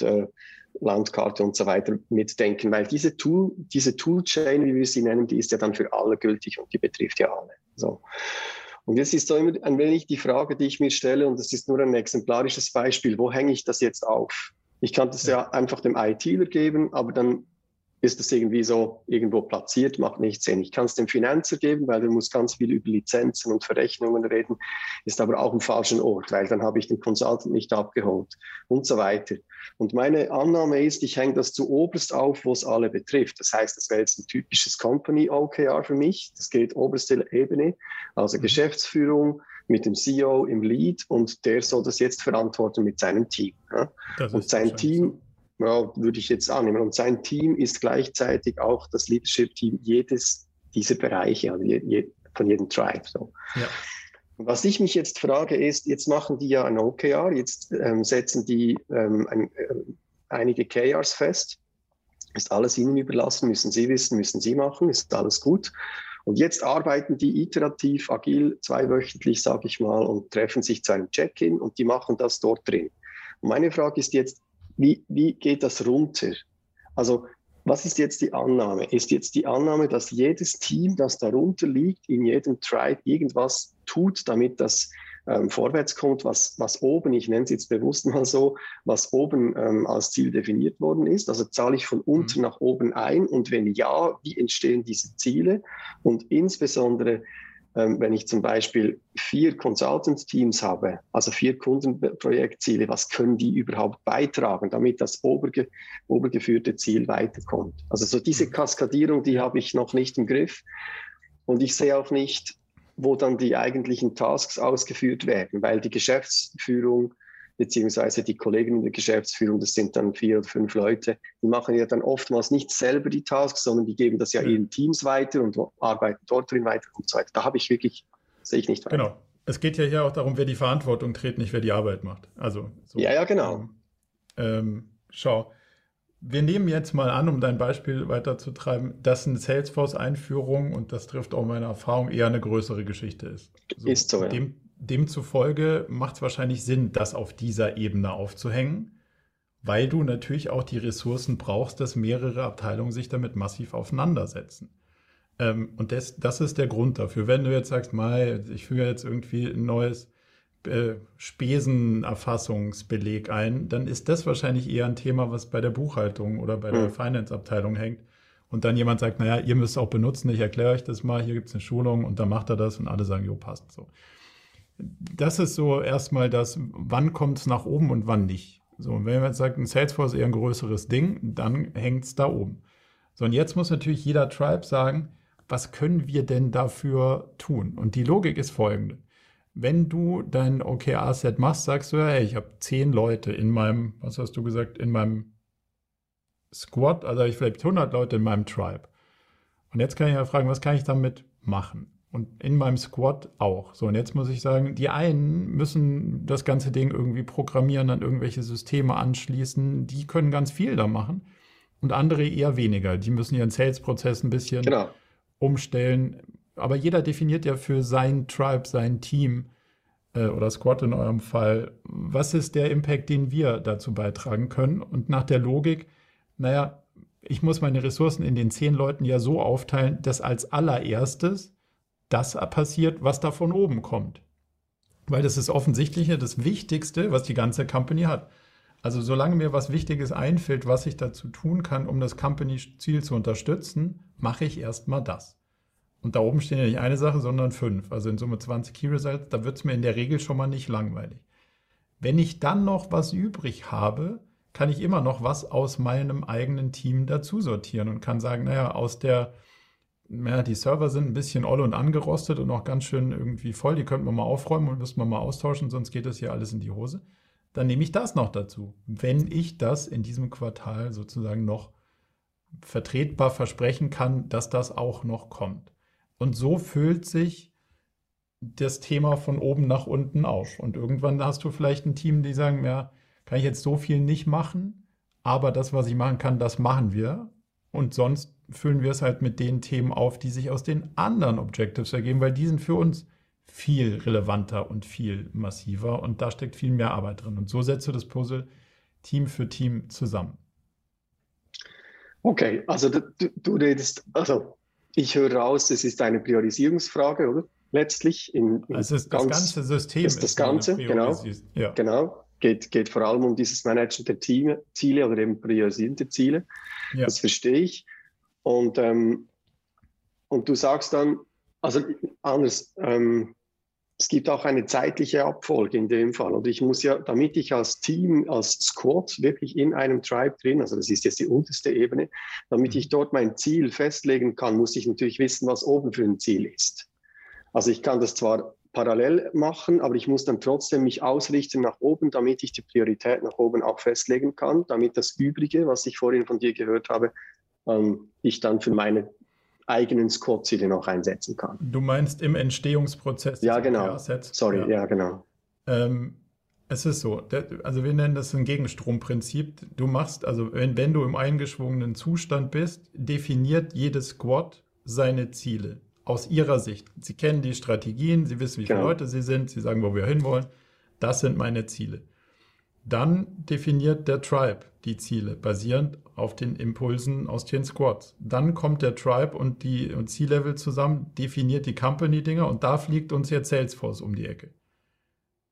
Landkarte und so weiter mitdenken, weil diese Toolchain, wie wir sie nennen, die ist ja dann für alle gültig und die betrifft ja alle. So. Und jetzt ist so immer ein wenig die Frage, die ich mir stelle, und das ist nur ein exemplarisches Beispiel, wo hänge ich das jetzt auf? Ich kann das ja einfach dem ITler geben, aber dann ist das irgendwie so irgendwo platziert, macht nicht Sinn. Ich kann es dem Finanzer geben, weil der muss ganz viel über Lizenzen und Verrechnungen reden, ist aber auch im falschen Ort, weil dann habe ich den Consultant nicht abgeholt und so weiter. Und meine Annahme ist, ich hänge das zu oberst auf, wo es alle betrifft. Das heißt, das wäre jetzt ein typisches Company OKR für mich. Das geht oberste Ebene, also Geschäftsführung mit dem CEO im Lead und der soll das jetzt verantworten mit seinem Team. Ja? Und sein Team, ja, würde ich jetzt annehmen. Und sein Team ist gleichzeitig auch das Leadership-Team jedes dieser Bereiche, also von jedem Tribe. So. Ja. Und was ich mich jetzt frage ist, jetzt machen die ja ein OKR, jetzt setzen die einige KRs fest. Ist alles ihnen überlassen, müssen sie wissen, müssen sie machen, ist alles gut. Und jetzt arbeiten die iterativ, agil, 2-wöchentlich, sage ich mal, und treffen sich zu einem Check-in und die machen das dort drin. Und meine Frage ist jetzt, wie geht das runter? Also, was ist jetzt die Annahme? Ist jetzt die Annahme, dass jedes Team, das darunter liegt, in jedem Tribe irgendwas tut, damit das vorwärts kommt, was oben, ich nenne es jetzt bewusst mal so, was oben als Ziel definiert worden ist. Also zahle ich von unten nach oben ein und wenn ja, wie entstehen diese Ziele? Und insbesondere, wenn ich zum Beispiel 4 Consultant-Teams habe, also 4 Kundenprojektziele, was können die überhaupt beitragen, damit das obergeführte Ziel weiterkommt? Also so diese Kaskadierung, die habe ich noch nicht im Griff. Und ich sehe auch nicht, wo dann die eigentlichen Tasks ausgeführt werden, weil die Geschäftsführung beziehungsweise die Kollegen in der Geschäftsführung, das sind dann 4 oder 5 Leute, die machen ja dann oftmals nicht selber die Tasks, sondern die geben das ja ihren Teams weiter und arbeiten dort drin weiter und so weiter. Da sehe ich nicht weiter. Genau. Es geht ja hier auch darum, wer die Verantwortung trägt, nicht wer die Arbeit macht. Also so, ja, genau. Schau, wir nehmen jetzt mal an, um dein Beispiel weiterzutreiben, dass eine Salesforce-Einführung, und das trifft auch meine Erfahrung, eher eine größere Geschichte ist. Ist so, ja. Demzufolge macht es wahrscheinlich Sinn, das auf dieser Ebene aufzuhängen, weil du natürlich auch die Ressourcen brauchst, dass mehrere Abteilungen sich damit massiv auseinandersetzen. Und das ist der Grund dafür. Wenn du jetzt sagst, ich führe jetzt irgendwie ein neues Spesenerfassungsbeleg ein, dann ist das wahrscheinlich eher ein Thema, was bei der Buchhaltung oder bei der Finance-Abteilung hängt. Und dann jemand sagt, naja, ihr müsst es auch benutzen, ich erkläre euch das mal, hier gibt es eine Schulung und dann macht er das und alle sagen, jo, passt so. Das ist so erstmal das, wann kommt es nach oben und wann nicht. So, und wenn man jetzt sagt, ein Salesforce ist eher ein größeres Ding, dann hängt es da oben. So, und jetzt muss natürlich jeder Tribe sagen, was können wir denn dafür tun? Und die Logik ist folgende. Wenn du dein OKR-Set machst, sagst du, hey, ich habe 10 Leute in meinem, was hast du gesagt, in meinem Squad, also habe ich vielleicht 100 Leute in meinem Tribe. Und jetzt kann ich ja fragen, was kann ich damit machen? Und in meinem Squad auch. So, und jetzt muss ich sagen, die einen müssen das ganze Ding irgendwie programmieren, an irgendwelche Systeme anschließen. Die können ganz viel da machen. Und andere eher weniger. Die müssen ihren Sales-Prozess ein bisschen umstellen. Aber jeder definiert ja für sein Tribe, sein Team oder Squad in eurem Fall, was ist der Impact, den wir dazu beitragen können. Und nach der Logik, naja, ich muss meine Ressourcen in den 10 Leuten ja so aufteilen, dass als allererstes das passiert, was da von oben kommt. Weil das ist offensichtlich das Wichtigste, was die ganze Company hat. Also solange mir was Wichtiges einfällt, was ich dazu tun kann, um das Company-Ziel zu unterstützen, mache ich erstmal das. Und da oben stehen ja nicht eine Sache, sondern 5. Also in Summe 20 Key Results, da wird es mir in der Regel schon mal nicht langweilig. Wenn ich dann noch was übrig habe, kann ich immer noch was aus meinem eigenen Team dazu sortieren und kann sagen, die Server sind ein bisschen oll und angerostet und auch ganz schön irgendwie voll, die könnten wir mal aufräumen und müssen wir mal austauschen, sonst geht das hier alles in die Hose. Dann nehme ich das noch dazu, wenn ich das in diesem Quartal sozusagen noch vertretbar versprechen kann, dass das auch noch kommt. Und so füllt sich das Thema von oben nach unten auf. Und irgendwann hast du vielleicht ein Team, die sagen, ja, kann ich jetzt so viel nicht machen, aber das, was ich machen kann, das machen wir. Und sonst füllen wir es halt mit den Themen auf, die sich aus den anderen Objectives ergeben, weil die sind für uns viel relevanter und viel massiver und da steckt viel mehr Arbeit drin. Und so setzt du das Puzzle Team für Team zusammen. Okay, also du redest, also ich höre raus, es ist eine Priorisierungsfrage, oder? Letztlich. Es ist das ganze System. Das Ganze, genau. Ja. Genau. Geht vor allem um dieses Managen der Ziele oder eben Priorisieren der Ziele. Ja. Das verstehe ich. Und du sagst dann, also anders, es gibt auch eine zeitliche Abfolge in dem Fall. Und ich muss ja, damit ich als Team, als Squad wirklich in einem Tribe drin, also das ist jetzt die unterste Ebene, damit ich dort mein Ziel festlegen kann, muss ich natürlich wissen, was oben für ein Ziel ist. Also ich kann das zwar parallel machen, aber ich muss dann trotzdem mich ausrichten nach oben, damit ich die Priorität nach oben auch festlegen kann, damit das Übrige, was ich vorhin von dir gehört habe, ich dann für meine eigenen Squad-Ziele noch einsetzen kann. Du meinst im Entstehungsprozess? Ja, genau. Sorry, ja genau. Es ist so, also wir nennen das ein Gegenstromprinzip. Du machst, also wenn du im eingeschwungenen Zustand bist, definiert jedes Squad seine Ziele aus ihrer Sicht. Sie kennen die Strategien, sie wissen, wie viele Leute sie sind, sie sagen, wo wir hinwollen. Das sind meine Ziele. Dann definiert der Tribe die Ziele, basierend auf den Impulsen aus den Squads. Dann kommt der Tribe und C-Level zusammen, definiert die Company-Dinger und da fliegt uns jetzt Salesforce um die Ecke.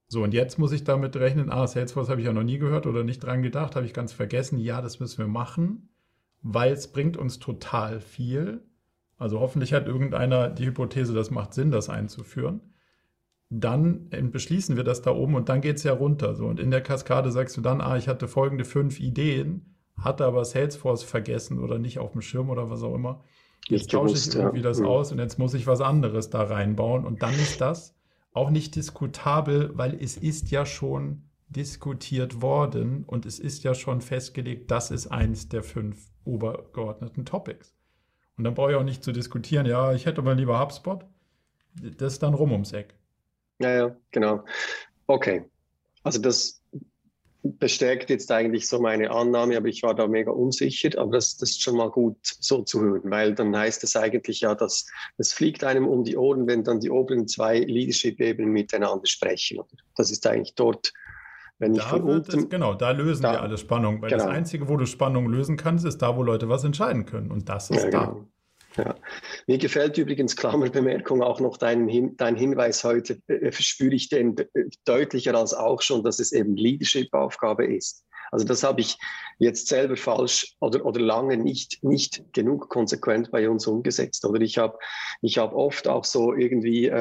So, und jetzt muss ich damit rechnen, Salesforce habe ich ja noch nie gehört oder nicht dran gedacht, habe ich ganz vergessen. Ja, das müssen wir machen, weil es bringt uns total viel. Also hoffentlich hat irgendeiner die Hypothese, das macht Sinn, das einzuführen. Dann beschließen wir das da oben und dann geht es ja runter. So, und in der Kaskade sagst du dann, ich hatte folgende 5 Ideen, hatte aber Salesforce vergessen oder nicht auf dem Schirm oder was auch immer. Jetzt tausche ich irgendwie das aus und jetzt muss ich was anderes da reinbauen. Und dann ist das auch nicht diskutabel, weil es ist ja schon diskutiert worden und es ist ja schon festgelegt, das ist eins der 5 obergeordneten Topics. Und dann brauche ich auch nicht zu diskutieren, ja, ich hätte mal lieber HubSpot. Das ist dann rum ums Eck. Ja, genau. Okay. Also das bestärkt jetzt eigentlich so meine Annahme, aber ich war da mega unsicher, aber das ist schon mal gut so zu hören, weil dann heißt es eigentlich ja, dass es fliegt einem um die Ohren, wenn dann die oberen 2 Leadership-Ebenen miteinander sprechen. Das ist eigentlich dort, wenn ich von unten... Da lösen wir alle Spannung, weil das Einzige, wo du Spannung lösen kannst, ist da, wo Leute was entscheiden können und das ist da. Genau. Ja. Mir gefällt übrigens, Klammerbemerkung, auch noch dein Hinweis heute, spüre ich den deutlicher als auch schon, dass es eben Leadership-Aufgabe ist. Also das habe ich jetzt selber falsch oder lange nicht genug konsequent bei uns umgesetzt. Oder ich habe oft auch so irgendwie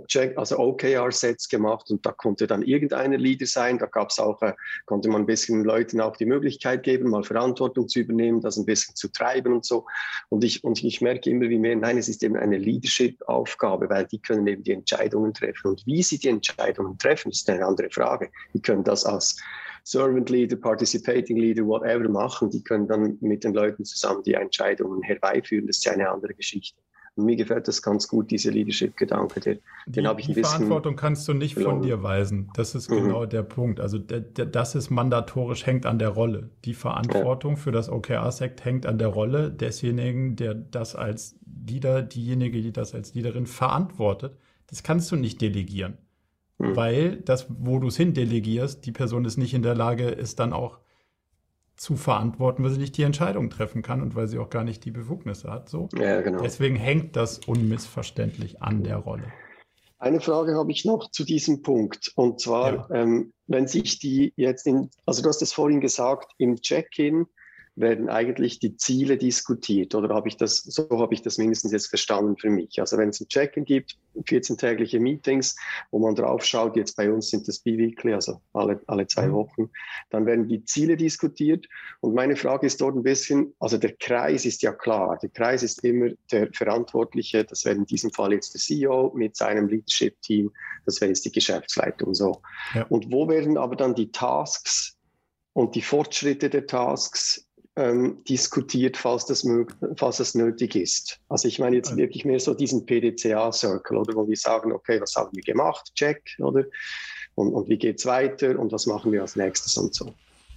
OKR-Sets gemacht und da konnte dann irgendeiner Leader sein. Da gab es auch, konnte man ein bisschen Leuten auch die Möglichkeit geben, mal Verantwortung zu übernehmen, das ein bisschen zu treiben und so. Und ich merke immer wie mehr, nein, es ist eben eine Leadership-Aufgabe, weil die können eben die Entscheidungen treffen. Und wie sie die Entscheidungen treffen, ist eine andere Frage. Die können das als Servant Leader, Participating Leader, whatever machen, die können dann mit den Leuten zusammen die Entscheidungen herbeiführen. Das ist ja eine andere Geschichte. Und mir gefällt das ganz gut, dieser Leadership-Gedanke. Den habe ich ein bisschen... Die Verantwortung kannst du nicht von dir weisen. Das ist genau der Punkt. Also das ist mandatorisch, hängt an der Rolle. Die Verantwortung für das OKR-Sekt hängt an der Rolle desjenigen, der das als Leader, diejenige, die das als Leaderin verantwortet. Das kannst du nicht delegieren. Weil das, wo du es hin delegierst, die Person ist nicht in der Lage, es dann auch zu verantworten, weil sie nicht die Entscheidung treffen kann und weil sie auch gar nicht die Befugnisse hat. So. Ja, genau. Deswegen hängt das unmissverständlich an der Rolle. Eine Frage habe ich noch zu diesem Punkt. Und zwar, wenn sich die jetzt also du hast es vorhin gesagt, im Check-in werden eigentlich die Ziele diskutiert, oder habe ich das mindestens jetzt verstanden für mich. Also wenn es ein Check-in gibt, 14-tägliche Meetings, wo man drauf schaut, jetzt bei uns sind das bi-weekly, also alle 2 Wochen, dann werden die Ziele diskutiert. Und meine Frage ist dort ein bisschen, also der Kreis ist ja klar, der Kreis ist immer der Verantwortliche, das wäre in diesem Fall jetzt der CEO mit seinem Leadership-Team, das wäre jetzt die Geschäftsleitung so. Ja. Und wo werden aber dann die Tasks und die Fortschritte der Tasks diskutiert, falls das nötig ist. Also ich meine jetzt wirklich mehr so diesen PDCA-Circle, oder wo wir sagen, okay, was haben wir gemacht, check, oder? Und wie geht's weiter und was machen wir als nächstes und so.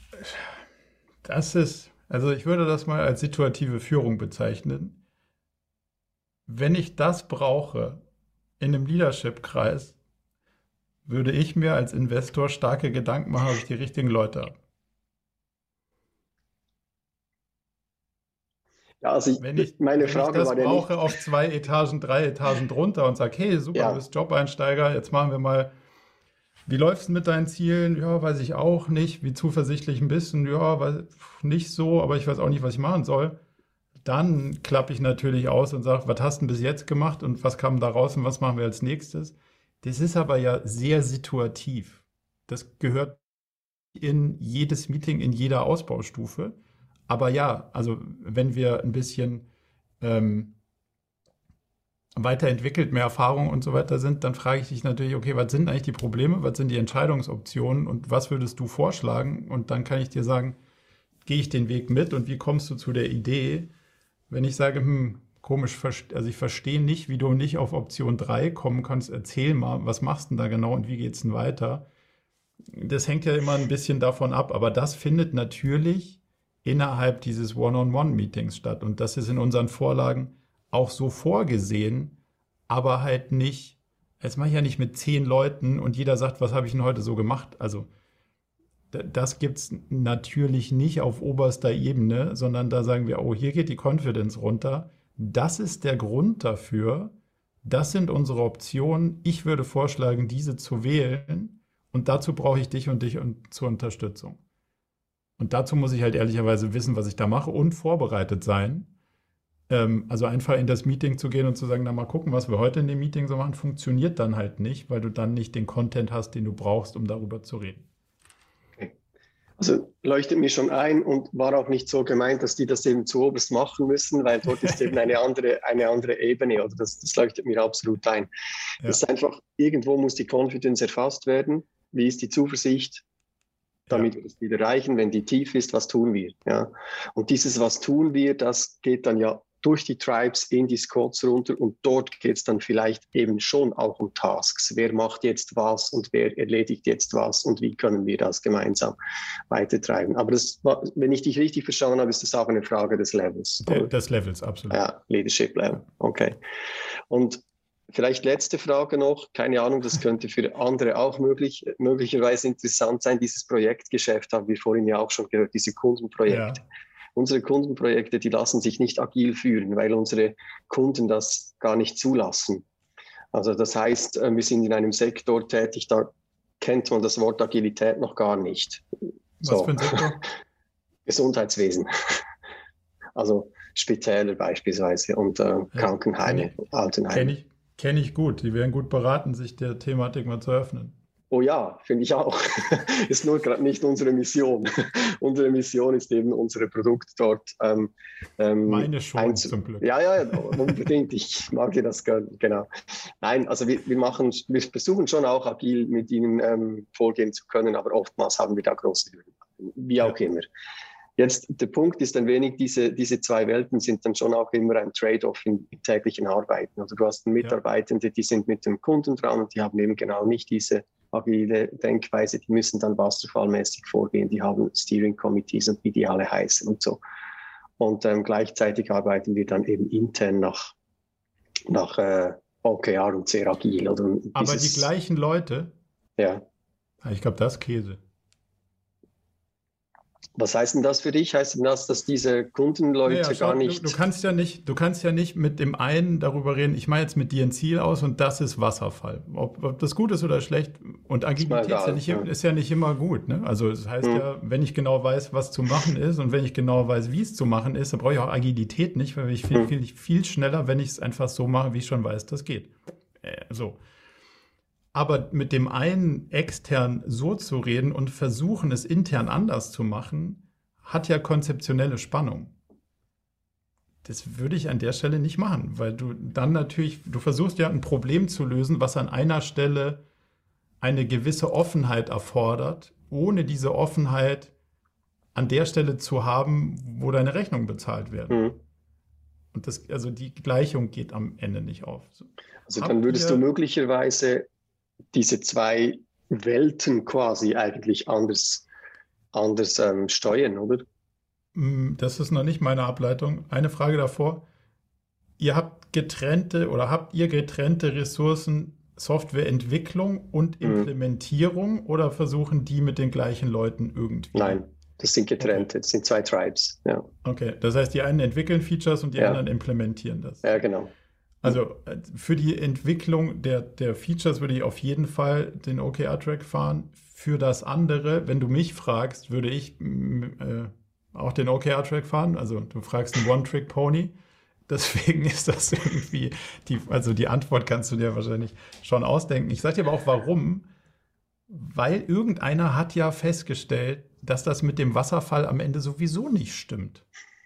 Also ich würde das mal als situative Führung bezeichnen. Wenn ich das brauche in einem Leadership-Kreis, würde ich mir als Investor starke Gedanken machen, ob ich die richtigen Leute habe. Ja, also meine Frage war ja nicht... Wenn ich das brauche auf 2 Etagen, 3 Etagen drunter und sage, hey, super, du bist Job-Einsteiger, jetzt machen wir mal, wie läuft es mit deinen Zielen? Ja, weiß ich auch nicht. Wie zuversichtlich ein bisschen? Ja, nicht so, aber ich weiß auch nicht, was ich machen soll. Dann klappe ich natürlich aus und sage, was hast du denn bis jetzt gemacht und was kam da raus und was machen wir als nächstes? Das ist aber ja sehr situativ. Das gehört in jedes Meeting, in jeder Ausbaustufe. Aber ja, also wenn wir ein bisschen weiterentwickelt, mehr Erfahrung und so weiter sind, dann frage ich dich natürlich, okay, was sind eigentlich die Probleme, was sind die Entscheidungsoptionen und was würdest du vorschlagen? Und dann kann ich dir sagen, gehe ich den Weg mit und wie kommst du zu der Idee? Wenn ich sage, komisch, also ich verstehe nicht, wie du nicht auf Option 3 kommen kannst, erzähl mal, was machst du denn da genau und wie geht's denn weiter? Das hängt ja immer ein bisschen davon ab, aber das findet natürlich innerhalb dieses One-on-One-Meetings statt. Und das ist in unseren Vorlagen auch so vorgesehen, aber halt nicht, jetzt mache ich ja nicht mit 10 Leuten und jeder sagt, was habe ich denn heute so gemacht? Also das gibt es natürlich nicht auf oberster Ebene, sondern da sagen wir, oh, hier geht die Confidence runter. Das ist der Grund dafür. Das sind unsere Optionen. Ich würde vorschlagen, diese zu wählen. Und dazu brauche ich dich und zur Unterstützung. Und dazu muss ich halt ehrlicherweise wissen, was ich da mache und vorbereitet sein. Also einfach in das Meeting zu gehen und zu sagen, na mal gucken, was wir heute in dem Meeting so machen, funktioniert dann halt nicht, weil du dann nicht den Content hast, den du brauchst, um darüber zu reden. Okay. Also leuchtet mir schon ein und war auch nicht so gemeint, dass die das eben zu oberst machen müssen, weil dort ist eben eine andere Ebene, oder das leuchtet mir absolut ein. Ja. Das ist einfach, irgendwo muss die Confidence erfasst werden. Wie ist die Zuversicht, damit wir das wieder erreichen? Wenn die tief ist, was tun wir? Ja? Und dieses was tun wir, das geht dann ja durch die Tribes in die Squads runter und dort geht es dann vielleicht eben schon auch um Tasks. Wer macht jetzt was und wer erledigt jetzt was und wie können wir das gemeinsam weitertreiben? Aber das, wenn ich dich richtig verstanden habe, ist das auch eine Frage des Levels. Des Levels, absolut. Ja, Leadership Level, okay. Und vielleicht letzte Frage noch, keine Ahnung, das könnte für andere auch möglicherweise interessant sein. Dieses Projektgeschäft haben wir vorhin ja auch schon gehört, diese Kundenprojekte. Ja. Unsere Kundenprojekte, die lassen sich nicht agil führen, weil unsere Kunden das gar nicht zulassen. Also das heißt, wir sind in einem Sektor tätig, da kennt man das Wort Agilität noch gar nicht. Was für ein Sektor? Gesundheitswesen. Also Spitäler beispielsweise und Krankenheime, Altenheime. Kenne ich gut. Die wären gut beraten, sich der Thematik mal zu öffnen. Oh ja, finde ich auch. Ist nur gerade nicht unsere Mission. UnsereMission ist eben, unsere Produkte dort meine schon, zum Glück. Ja, unbedingt. Ich mag dir das gerne, genau. Nein, also wir versuchen schon auch agil mit ihnen vorgehen zu können, aber oftmals haben wir da große Hürden. Wie auch immer. Jetzt, der Punkt ist ein wenig, diese zwei Welten sind dann schon auch immer ein Trade-off in täglichen Arbeiten. Also du hast Mitarbeitende, die sind mit dem Kunden dran und die haben eben genau nicht diese agile Denkweise, die müssen dann wasserfallmäßig vorgehen, die haben Steering Committees und wie die alle heißen und so. Und gleichzeitig arbeiten wir dann eben intern nach OKR und sehr agil. Oder aber die gleichen Leute? Ja. Ich glaube, das ist Käse. Was heißt denn das für dich? Heißt denn das, dass diese Kundenleute gar nicht... Du kannst ja nicht mit dem einen darüber reden, ich mache jetzt mit dir ein Ziel aus und das ist Wasserfall. Ob das gut ist oder schlecht. Und Agilität ist ja nicht immer gut. Ne? Also das heißt ja, wenn ich genau weiß, was zu machen ist und wenn ich genau weiß, wie es zu machen ist, dann brauche ich auch Agilität nicht, weil ich viel schneller, wenn ich es einfach so mache, wie ich schon weiß, das geht. So. Aber mit dem einen extern so zu reden und versuchen, es intern anders zu machen, hat ja konzeptionelle Spannung. Das würde ich an der Stelle nicht machen, weil du dann natürlich, du versuchst ja ein Problem zu lösen, was an einer Stelle eine gewisse Offenheit erfordert, ohne diese Offenheit an der Stelle zu haben, wo deine Rechnungen bezahlt werden. Und also die Gleichung geht am Ende nicht auf. Also dann würdest du möglicherweise diese zwei Welten quasi eigentlich anders steuern, oder? Das ist noch nicht meine Ableitung. Eine Frage davor. Habt ihr getrennte Ressourcen Softwareentwicklung und Implementierung oder versuchen die mit den gleichen Leuten irgendwie? Nein, das sind getrennte, das sind zwei Tribes. Ja. Okay, das heißt, die einen entwickeln Features und die anderen implementieren das. Ja, genau. Also für die Entwicklung der Features würde ich auf jeden Fall den OKR-Track fahren. Für das andere, wenn du mich fragst, würde ich auch den OKR-Track fahren. Also du fragst einen One-Trick-Pony. Deswegen ist das irgendwie, die Antwort kannst du dir wahrscheinlich schon ausdenken. Ich sage dir aber auch, warum. Weil irgendeiner hat ja festgestellt, dass das mit dem Wasserfall am Ende sowieso nicht stimmt.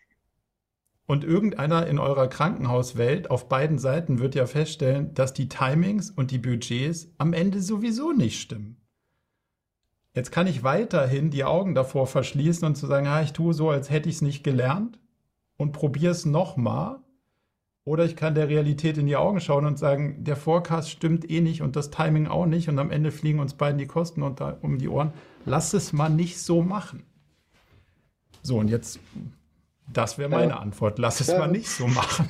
Und irgendeiner in eurer Krankenhauswelt auf beiden Seiten wird ja feststellen, dass die Timings und die Budgets am Ende sowieso nicht stimmen. Jetzt kann ich weiterhin die Augen davor verschließen und zu sagen, ich tue so, als hätte ich es nicht gelernt und probiere es nochmal. Oder ich kann der Realität in die Augen schauen und sagen, der Forecast stimmt eh nicht und das Timing auch nicht und am Ende fliegen uns beiden die Kosten um die Ohren. Lass es mal nicht so machen. So, und jetzt... Das wäre meine Antwort. Lass es mal nicht so machen.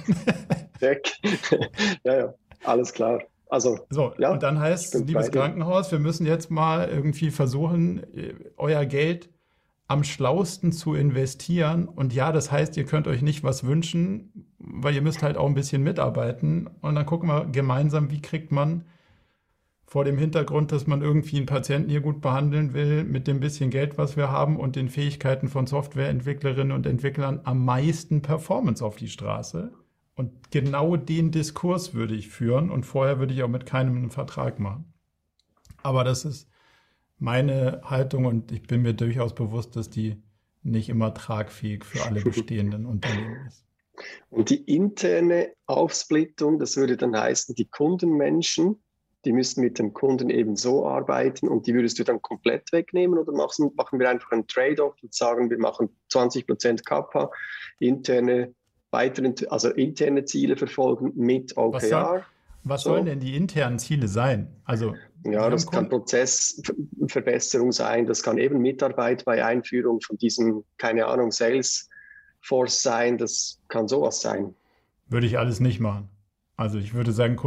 Ja, alles klar. Also, und dann heißt es, liebes Krankenhaus, wir müssen jetzt mal irgendwie versuchen, euer Geld am schlausten zu investieren. Und ja, das heißt, ihr könnt euch nicht was wünschen, weil ihr müsst halt auch ein bisschen mitarbeiten. Und dann gucken wir gemeinsam, wie kriegt man vor dem Hintergrund, dass man irgendwie einen Patienten hier gut behandeln will, mit dem bisschen Geld, was wir haben und den Fähigkeiten von Softwareentwicklerinnen und Entwicklern am meisten Performance auf die Straße. Und genau den Diskurs würde ich führen und vorher würde ich auch mit keinem einen Vertrag machen. Aber das ist meine Haltung und ich bin mir durchaus bewusst, dass die nicht immer tragfähig für alle bestehenden Unternehmen ist. Und die interne Aufsplittung, das würde dann heißen, die Kundenmenschen, die müssten mit dem Kunden eben so arbeiten und die würdest du dann komplett wegnehmen oder machen wir einfach einen Trade-off und sagen, wir machen 20% Kappa, interne Ziele verfolgen mit OKR. Was sollen denn die internen Ziele sein? Also, ja, das kann Prozessverbesserung sein, das kann eben Mitarbeit bei Einführung von diesem, keine Ahnung, Salesforce sein, das kann sowas sein. Würde ich alles nicht machen. Also ich würde sagen,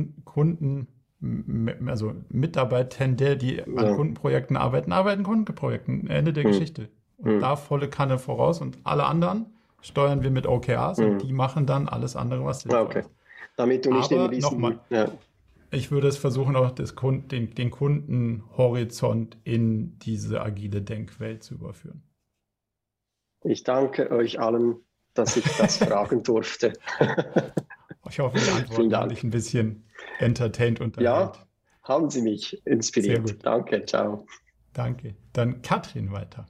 also Mitarbeitende, die an Kundenprojekten arbeiten Kundenprojekten. Ende der Geschichte. Und da volle Kanne voraus und alle anderen steuern wir mit OKRs und die machen dann alles andere, was sie okay. Damit du nicht aber nochmal, ich würde es versuchen, auch den Kundenhorizont in diese agile Denkwelt zu überführen. Ich danke euch allen, dass ich das fragen durfte. Ich hoffe, die Antworten haben dich ein bisschen entertained unterhalten. Ja, haben sie mich inspiriert. Sehr gut. Danke, ciao. Danke. Dann Katrin weiter.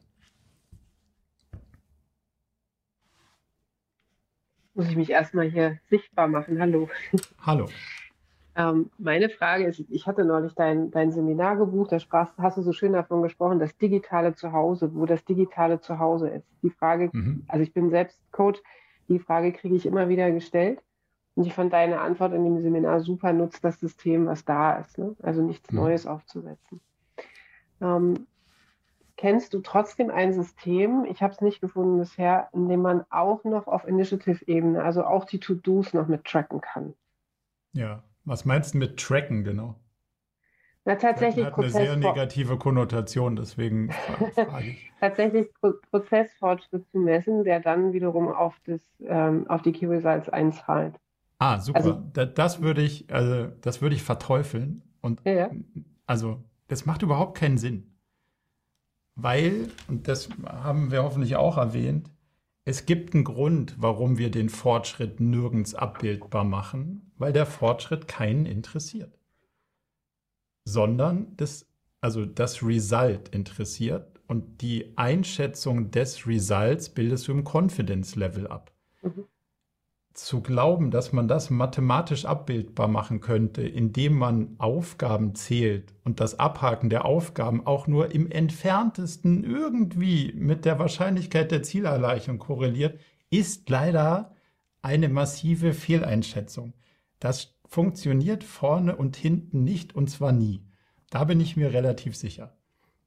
Muss ich mich erstmal hier sichtbar machen. Hallo. Hallo. Meine Frage ist, ich hatte neulich dein Seminar gebucht, da hast du so schön davon gesprochen, das digitale Zuhause, wo das digitale Zuhause ist. Die Frage, also ich bin selbst Coach, die Frage kriege ich immer wieder gestellt. Und ich fand deine Antwort in dem Seminar super, nutzt das System, was da ist, ne? Also nichts Neues aufzusetzen. Kennst du trotzdem ein System, ich habe es nicht gefunden bisher, in dem man auch noch auf Initiative-Ebene, also auch die To-Dos noch mit tracken kann? Ja, was meinst du mit tracken genau? Na, tatsächlich hat eine sehr negative Konnotation, deswegen frage ich. Tatsächlich Prozessfortschritt zu messen, der dann wiederum auf die Key Results einzahlt. Ah, super. Also, das würde ich verteufeln. Und also das macht überhaupt keinen Sinn. Weil, und das haben wir hoffentlich auch erwähnt, es gibt einen Grund, warum wir den Fortschritt nirgends abbildbar machen, weil der Fortschritt keinen interessiert. Sondern das Result interessiert und die Einschätzung des Results bildest du im Confidence Level ab. Zu glauben, dass man das mathematisch abbildbar machen könnte, indem man Aufgaben zählt und das Abhaken der Aufgaben auch nur im entferntesten irgendwie mit der Wahrscheinlichkeit der Zielerreichung korreliert, ist leider eine massive Fehleinschätzung. Das funktioniert vorne und hinten nicht und zwar nie. Da bin ich mir relativ sicher.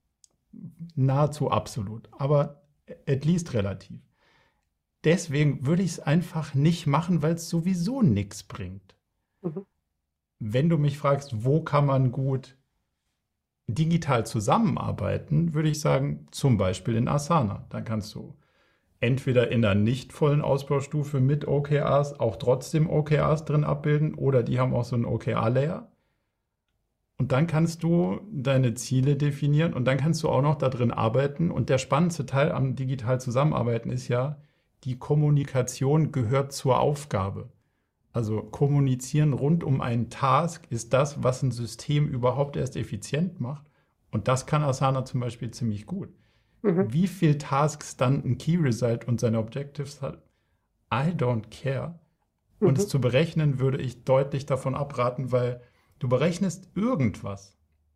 Nahezu absolut, aber at least relativ. Deswegen würde ich es einfach nicht machen, weil es sowieso nichts bringt. Wenn du mich fragst, wo kann man gut digital zusammenarbeiten, würde ich sagen, zum Beispiel in Asana. Dann kannst du entweder in einer nicht vollen Ausbaustufe mit OKRs auch trotzdem OKRs drin abbilden oder die haben auch so einen OKR-Layer. Und dann kannst du deine Ziele definieren und dann kannst du auch noch da drin arbeiten. Und der spannendste Teil am digital Zusammenarbeiten ist ja, die Kommunikation gehört zur Aufgabe. Also kommunizieren rund um einen Task ist das, was ein System überhaupt erst effizient macht. Und das kann Asana zum Beispiel ziemlich gut. Wie viel Tasks dann ein Key Result und seine Objectives hat, I don't care. Und es zu berechnen, würde ich deutlich davon abraten, weil du berechnest irgendwas.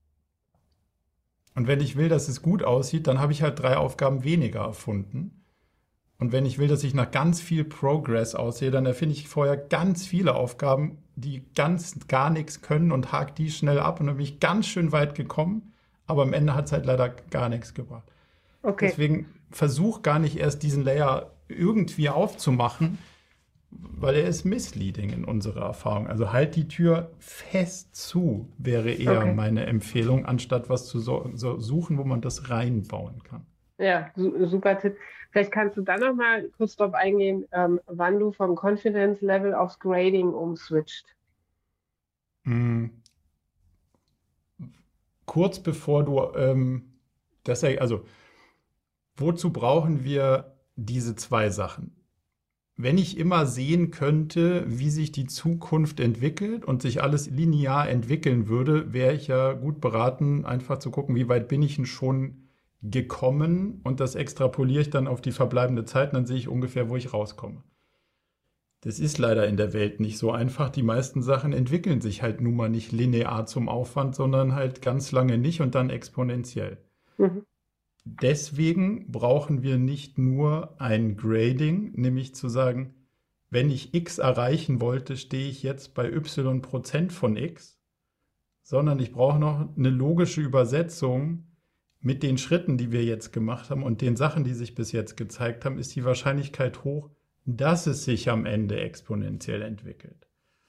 Und wenn ich will, dass es gut aussieht, dann habe ich halt 3 Aufgaben weniger erfunden. Und wenn ich will, dass ich nach ganz viel Progress aussehe, dann erfinde ich vorher ganz viele Aufgaben, die gar nichts können und hake die schnell ab. Und dann bin ich ganz schön weit gekommen, aber am Ende hat es halt leider gar nichts gebracht. Okay. Deswegen versuch gar nicht erst diesen Layer irgendwie aufzumachen, weil er ist misleading in unserer Erfahrung. Also halt die Tür fest zu, wäre eher meine Empfehlung, anstatt was zu suchen, wo man das reinbauen kann. Ja, super Tipp. Vielleicht kannst du dann noch mal kurz darauf eingehen, wann du vom Confidence Level aufs Grading umswitcht. kurz bevor du wozu brauchen wir diese zwei Sachen? Wenn ich immer sehen könnte, wie sich die Zukunft entwickelt und sich alles linear entwickeln würde, wäre ich ja gut beraten, einfach zu gucken, wie weit bin ich denn schon gekommen, und das extrapoliere ich dann auf die verbleibende Zeit und dann sehe ich ungefähr, wo ich rauskomme. Das ist leider in der Welt nicht so einfach. Die meisten Sachen entwickeln sich halt nun mal nicht linear zum Aufwand, sondern halt ganz lange nicht und dann exponentiell. Mhm. Deswegen brauchen wir nicht nur ein Grading, nämlich zu sagen, wenn ich x erreichen wollte, stehe ich jetzt bei y% von x, sondern ich brauche noch eine logische Übersetzung mit den Schritten, die wir jetzt gemacht haben und den Sachen, die sich bis jetzt gezeigt haben, ist die Wahrscheinlichkeit hoch, dass es sich am Ende exponentiell entwickelt.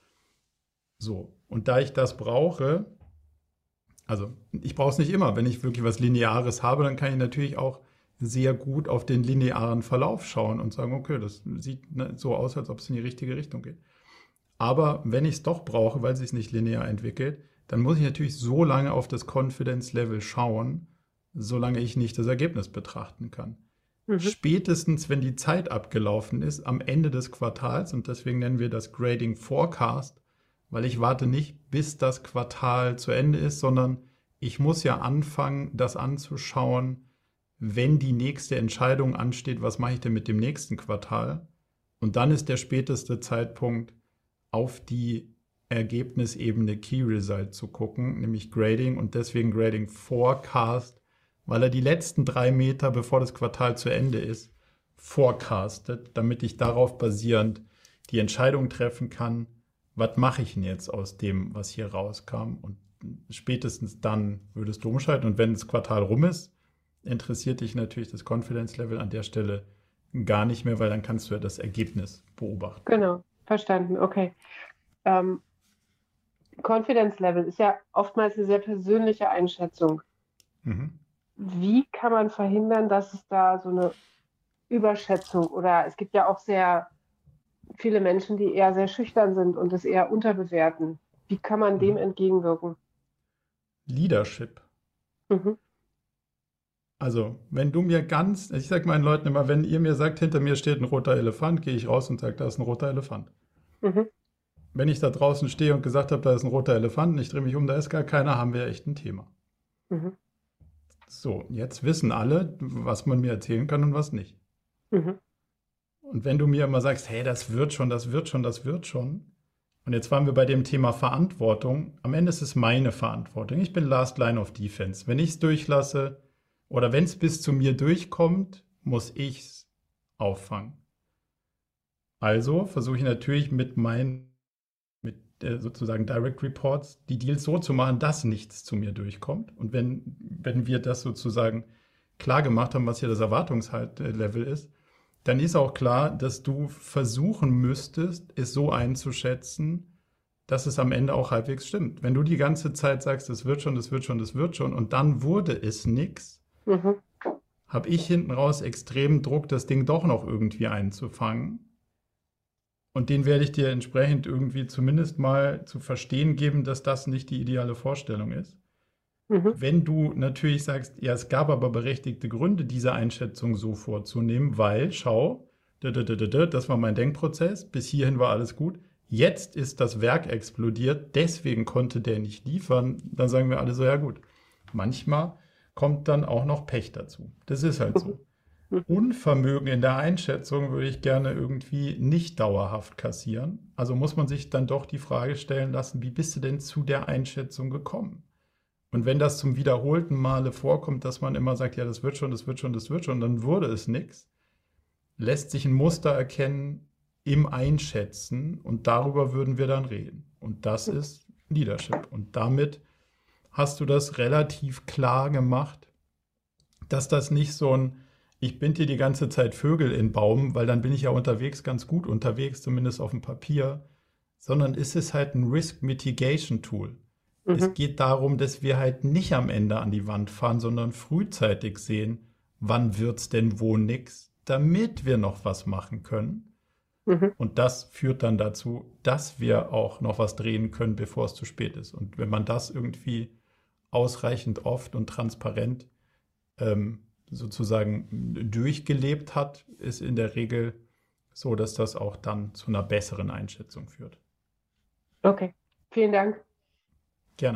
So, und da ich das brauche, also ich brauche es nicht immer, wenn ich wirklich was Lineares habe, dann kann ich natürlich auch sehr gut auf den linearen Verlauf schauen und sagen, okay, das sieht so aus, als ob es in die richtige Richtung geht. Aber wenn ich es doch brauche, weil es sich nicht linear entwickelt, dann muss ich natürlich so lange auf das Confidence Level schauen, solange ich nicht das Ergebnis betrachten kann. Mhm. Spätestens, wenn die Zeit abgelaufen ist, am Ende des Quartals, und deswegen nennen wir das Grading Forecast, weil ich warte nicht, bis das Quartal zu Ende ist, sondern ich muss ja anfangen, das anzuschauen, wenn die nächste Entscheidung ansteht, was mache ich denn mit dem nächsten Quartal? Und dann ist der späteste Zeitpunkt, auf die Ergebnisebene Key Result zu gucken, nämlich Grading, und deswegen Grading Forecast, weil er die letzten 3 Meter, bevor das Quartal zu Ende ist, forecastet, damit ich darauf basierend die Entscheidung treffen kann, was mache ich denn jetzt aus dem, was hier rauskam? Und spätestens dann würdest du umschalten. Und wenn das Quartal rum ist, interessiert dich natürlich das Confidence Level an der Stelle gar nicht mehr, weil dann kannst du ja das Ergebnis beobachten. Genau, verstanden, okay. Confidence Level ist ja oftmals eine sehr persönliche Einschätzung. Mhm. Wie kann man verhindern, dass es da so eine Überschätzung, oder es gibt ja auch sehr viele Menschen, die eher sehr schüchtern sind und es eher unterbewerten. Wie kann man dem entgegenwirken? Leadership. Mhm. Also, wenn du mir ich sage meinen Leuten immer, wenn ihr mir sagt, hinter mir steht ein roter Elefant, gehe ich raus und sage, da ist ein roter Elefant. Mhm. Wenn ich da draußen stehe und gesagt habe, da ist ein roter Elefant und ich drehe mich um, da ist gar keiner, haben wir echt ein Thema. Mhm. So, jetzt wissen alle, was man mir erzählen kann und was nicht. Mhm. Und wenn du mir immer sagst, hey, das wird schon, und jetzt waren wir bei dem Thema Verantwortung, am Ende ist es meine Verantwortung. Ich bin Last Line of Defense. Wenn ich es durchlasse oder wenn es bis zu mir durchkommt, muss ich es auffangen. Also versuche ich natürlich mit sozusagen Direct Reports die Deals so zu machen, dass nichts zu mir durchkommt. Und wenn wir das sozusagen klar gemacht haben, was hier das Erwartungslevel ist, dann ist auch klar, dass du versuchen müsstest, es so einzuschätzen, dass es am Ende auch halbwegs stimmt. Wenn du die ganze Zeit sagst, das wird schon, und dann wurde es nichts, habe ich hinten raus extremen Druck, das Ding doch noch irgendwie einzufangen. Und den werde ich dir entsprechend irgendwie zumindest mal zu verstehen geben, dass das nicht die ideale Vorstellung ist. Mhm. Wenn du natürlich sagst, ja, es gab aber berechtigte Gründe, diese Einschätzung so vorzunehmen, weil, schau, das war mein Denkprozess, bis hierhin war alles gut, jetzt ist das Werk explodiert, deswegen konnte der nicht liefern, dann sagen wir alle so, ja gut, manchmal kommt dann auch noch Pech dazu. Das ist halt so. Unvermögen in der Einschätzung würde ich gerne irgendwie nicht dauerhaft kassieren. Also muss man sich dann doch die Frage stellen lassen, wie bist du denn zu der Einschätzung gekommen? Und wenn das zum wiederholten Male vorkommt, dass man immer sagt, ja, das wird schon, dann wurde es nichts, lässt sich ein Muster erkennen im Einschätzen und darüber würden wir dann reden. Und das ist Leadership. Und damit hast du das relativ klar gemacht, dass das nicht so ein ich binde dir die ganze Zeit Vögel in den Baum, weil dann bin ich ja unterwegs ganz gut unterwegs, zumindest auf dem Papier, sondern ist es halt ein Risk Mitigation Tool. Mhm. Es geht darum, dass wir halt nicht am Ende an die Wand fahren, sondern frühzeitig sehen, wann wird's denn wo nix, damit wir noch was machen können. Mhm. Und das führt dann dazu, dass wir auch noch was drehen können, bevor es zu spät ist. Und wenn man das irgendwie ausreichend oft und transparent sozusagen durchgelebt hat, ist in der Regel so, dass das auch dann zu einer besseren Einschätzung führt. Okay, vielen Dank. Gerne.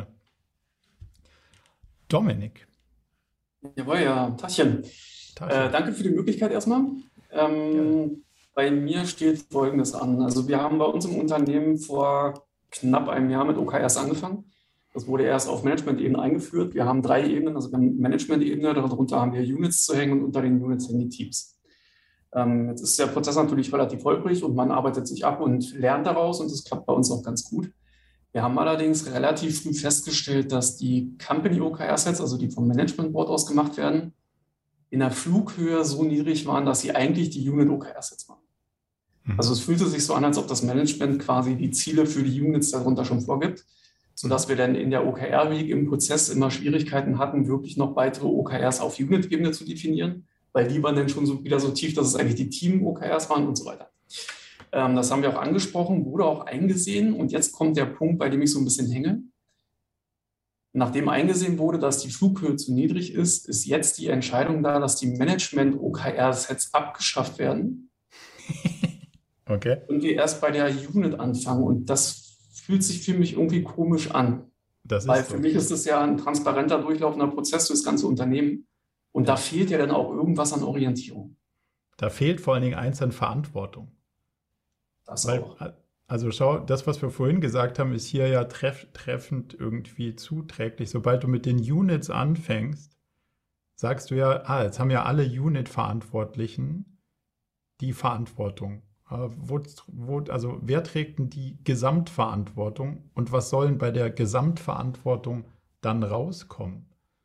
Dominik. Jawohl, ja, Taschen. Danke für die Möglichkeit erstmal. Bei mir steht Folgendes an. Also wir haben bei uns im Unternehmen vor knapp einem Jahr mit OKRs angefangen. Das wurde erst auf Management-Ebene eingeführt. Wir haben 3 Ebenen, also wir haben Management-Ebene, darunter haben wir Units zu hängen und unter den Units hängen die Teams. Jetzt ist der Prozess natürlich relativ holprig und man arbeitet sich ab und lernt daraus und das klappt bei uns auch ganz gut. Wir haben allerdings relativ früh festgestellt, dass die Company-OKR-Sets, also die vom Management Board aus gemacht werden, in der Flughöhe so niedrig waren, dass sie eigentlich die Unit-OKR-Sets waren. Also es fühlte sich so an, als ob das Management quasi die Ziele für die Units darunter schon vorgibt, sodass wir dann in der OKR-Week im Prozess immer Schwierigkeiten hatten, wirklich noch weitere OKRs auf Unit-Ebene zu definieren, weil die waren dann schon so wieder so tief, dass es eigentlich die Team-OKRs waren und so weiter. Das haben wir auch angesprochen, wurde auch eingesehen und jetzt kommt der Punkt, bei dem ich so ein bisschen hänge. Nachdem eingesehen wurde, dass die Flughöhe zu niedrig ist, ist jetzt die Entscheidung da, dass die Management-OKR-Sets abgeschafft werden. Okay. Und wir erst bei der Unit anfangen und das fühlt sich für mich irgendwie komisch an. Weil für mich ist das ja ein transparenter, durchlaufender Prozess für das ganze Unternehmen. Und da fehlt ja dann auch irgendwas an Orientierung. Da fehlt vor allen Dingen eins an Verantwortung. Das auch. Also schau, das, was wir vorhin gesagt haben, ist hier ja treffend irgendwie zuträglich. Sobald du mit den Units anfängst, sagst du ja, jetzt haben ja alle Unit-Verantwortlichen die Verantwortung. Also wer trägt denn die Gesamtverantwortung und was soll denn bei der Gesamtverantwortung dann rauskommen?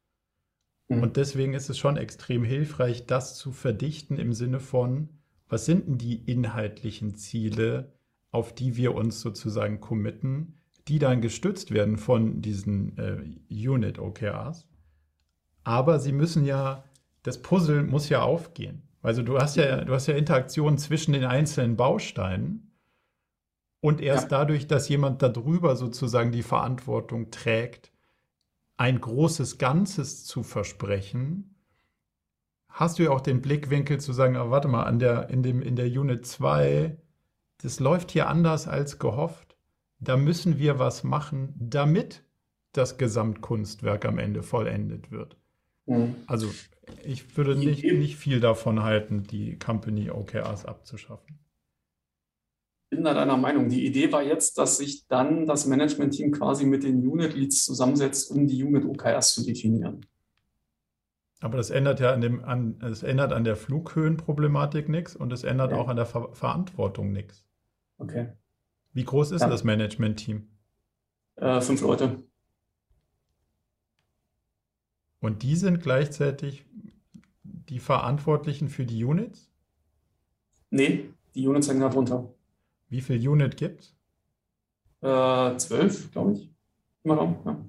Und deswegen ist es schon extrem hilfreich, das zu verdichten im Sinne von, was sind denn die inhaltlichen Ziele, auf die wir uns sozusagen committen, die dann gestützt werden von diesen Unit-OKRs. Aber sie müssen ja, das Puzzle muss ja aufgehen. Also du hast ja Interaktionen zwischen den einzelnen Bausteinen und erst dadurch, dass jemand darüber sozusagen die Verantwortung trägt, ein großes Ganzes zu versprechen, hast du ja auch den Blickwinkel zu sagen, aber warte mal, in der Unit 2, das läuft hier anders als gehofft. Da müssen wir was machen, damit das Gesamtkunstwerk am Ende vollendet wird. Also ich würde nicht viel davon halten, die Company OKRs abzuschaffen. Ich bin da deiner Meinung. Die Idee war jetzt, dass sich dann das Management-Team quasi mit den Unit-Leads zusammensetzt, um die Unit-OKRs zu definieren. Aber das ändert ja an der Flughöhenproblematik nichts und es ändert auch an der Verantwortung nichts. Okay. Wie groß ist das Management-Team? 5 Leute. Und die sind gleichzeitig die Verantwortlichen für die Units? Nee, die Units hängen da drunter. Wie viel Unit gibt es? 12, glaube ich. Immer noch, ja.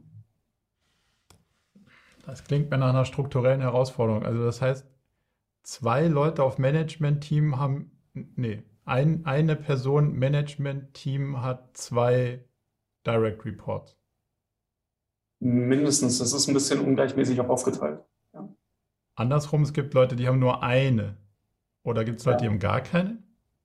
Das klingt mir nach einer strukturellen Herausforderung. Also das heißt, 2 Leute auf Management-Team haben, eine Person Management-Team hat 2 Direct Reports. Mindestens, das ist ein bisschen ungleichmäßig auch aufgeteilt. Ja. Andersrum, es gibt Leute, die haben nur eine. Oder gibt es Leute, die haben gar keine?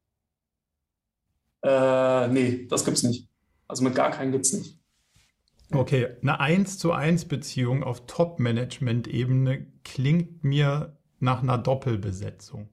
Nee, das gibt's nicht. Also mit gar keinen gibt's nicht. Okay, eine 1:1 Beziehung auf Top-Management-Ebene klingt mir nach einer Doppelbesetzung.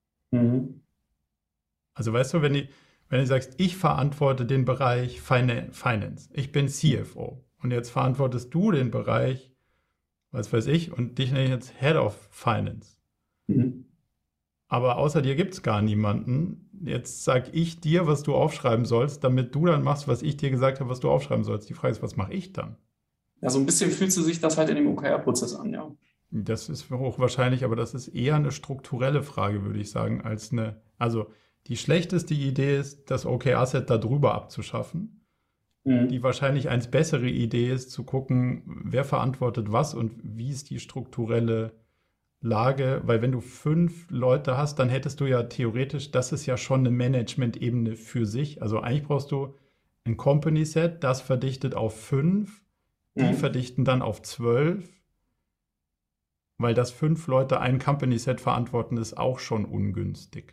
Also weißt du, wenn du sagst, ich verantworte den Bereich Finance, ich bin CFO und jetzt verantwortest du den Bereich, was weiß ich, und dich nenne ich jetzt Head of Finance. Aber außer dir gibt es gar niemanden. Jetzt sage ich dir, was du aufschreiben sollst, damit du dann machst, was ich dir gesagt habe, was du aufschreiben sollst. Die Frage ist, was mache ich dann? Ja, so ein bisschen fühlt sich das halt in dem OKR-Prozess an, ja. Das ist hochwahrscheinlich, aber das ist eher eine strukturelle Frage, würde ich sagen, als also die schlechteste Idee ist, das OKR-Set da drüber abzuschaffen. Die wahrscheinlich eins bessere Idee ist, zu gucken, wer verantwortet was und wie ist die strukturelle Lage, weil wenn du 5 Leute hast, dann hättest du ja theoretisch, das ist ja schon eine Management-Ebene für sich. Also eigentlich brauchst du ein Company-Set, das verdichtet auf 5 Die verdichten dann auf 12, weil das 5 Leute ein Company-Set verantworten, ist auch schon ungünstig.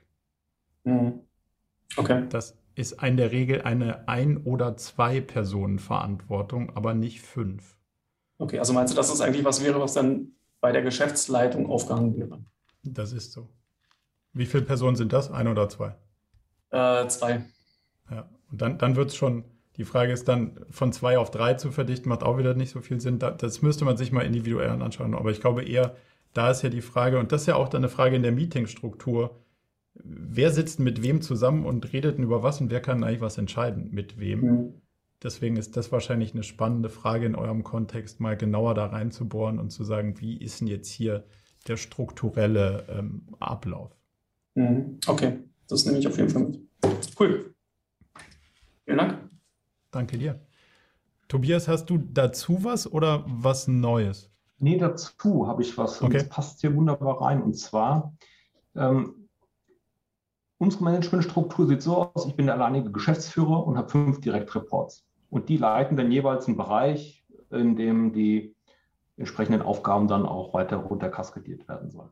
Okay. Das ist in der Regel eine 1- oder 2-Personen-Verantwortung, aber nicht 5. Okay, also meinst du, dass das eigentlich was wäre, was dann bei der Geschäftsleitung aufgehangen wäre? Das ist so. Wie viele Personen sind das? 1 oder 2? 2. Ja, und dann wird es schon, die Frage ist dann, von 2 auf 3 zu verdichten, macht auch wieder nicht so viel Sinn. Das müsste man sich mal individuell anschauen. Aber ich glaube eher, da ist ja die Frage, und das ist ja auch dann eine Frage in der Meetingstruktur, wer sitzt mit wem zusammen und redet über was und wer kann eigentlich was entscheiden, mit wem. Deswegen ist das wahrscheinlich eine spannende Frage in eurem Kontext, mal genauer da reinzubohren und zu sagen, wie ist denn jetzt hier der strukturelle Ablauf. Okay, das nehme ich auf jeden Fall mit. Cool. Vielen Dank. Danke dir. Tobias, hast du dazu was oder was Neues? Nee, dazu habe ich was. Und das passt hier wunderbar rein. Und zwar, unsere Managementstruktur sieht so aus, ich bin der alleinige Geschäftsführer und habe 5 Direktreports. Und die leiten dann jeweils einen Bereich, in dem die entsprechenden Aufgaben dann auch weiter runter kaskadiert werden sollen.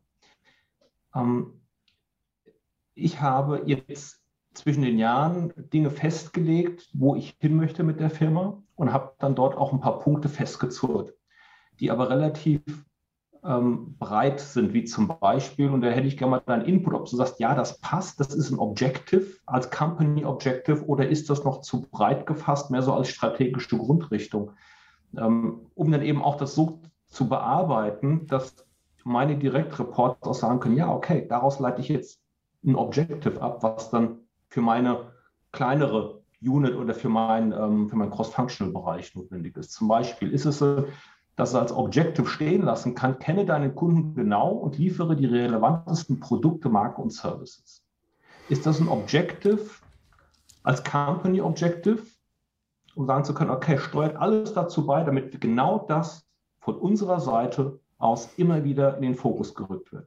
Ich habe jetzt zwischen den Jahren Dinge festgelegt, wo ich hin möchte mit der Firma und habe dann dort auch ein paar Punkte festgezurrt, die aber relativ breit sind, wie zum Beispiel, und da hätte ich gerne mal deinen Input, ob du sagst, ja, das passt, das ist ein Objective als Company Objective oder ist das noch zu breit gefasst, mehr so als strategische Grundrichtung, um dann eben auch das so zu bearbeiten, dass meine Direktreports auch sagen können, ja, okay, daraus leite ich jetzt ein Objective ab, was dann für meine kleinere Unit oder für meinen Cross-Functional-Bereich notwendig ist. Zum Beispiel ist es so, dass er als Objective stehen lassen kann, kenne deinen Kunden genau und liefere die relevantesten Produkte, Marken und Services. Ist das ein Objective als Company Objective, um sagen zu können, okay, steuert alles dazu bei, damit genau das von unserer Seite aus immer wieder in den Fokus gerückt wird?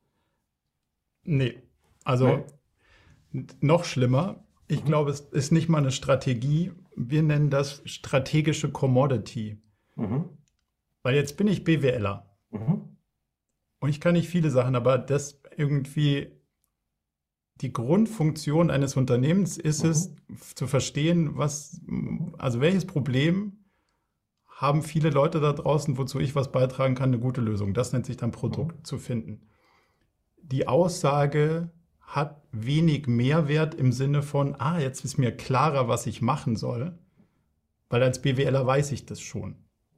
Nee, also noch schlimmer. Ich glaube, es ist nicht mal eine Strategie. Wir nennen das strategische Commodity. Weil jetzt bin ich BWLer. Und ich kann nicht viele Sachen, aber das irgendwie die Grundfunktion eines Unternehmens ist es, zu verstehen, welches Problem haben viele Leute da draußen, wozu ich was beitragen kann, eine gute Lösung. Das nennt sich dann Produkt zu finden. Die Aussage hat wenig Mehrwert im Sinne von, jetzt ist mir klarer, was ich machen soll, weil als BWLer weiß ich das schon.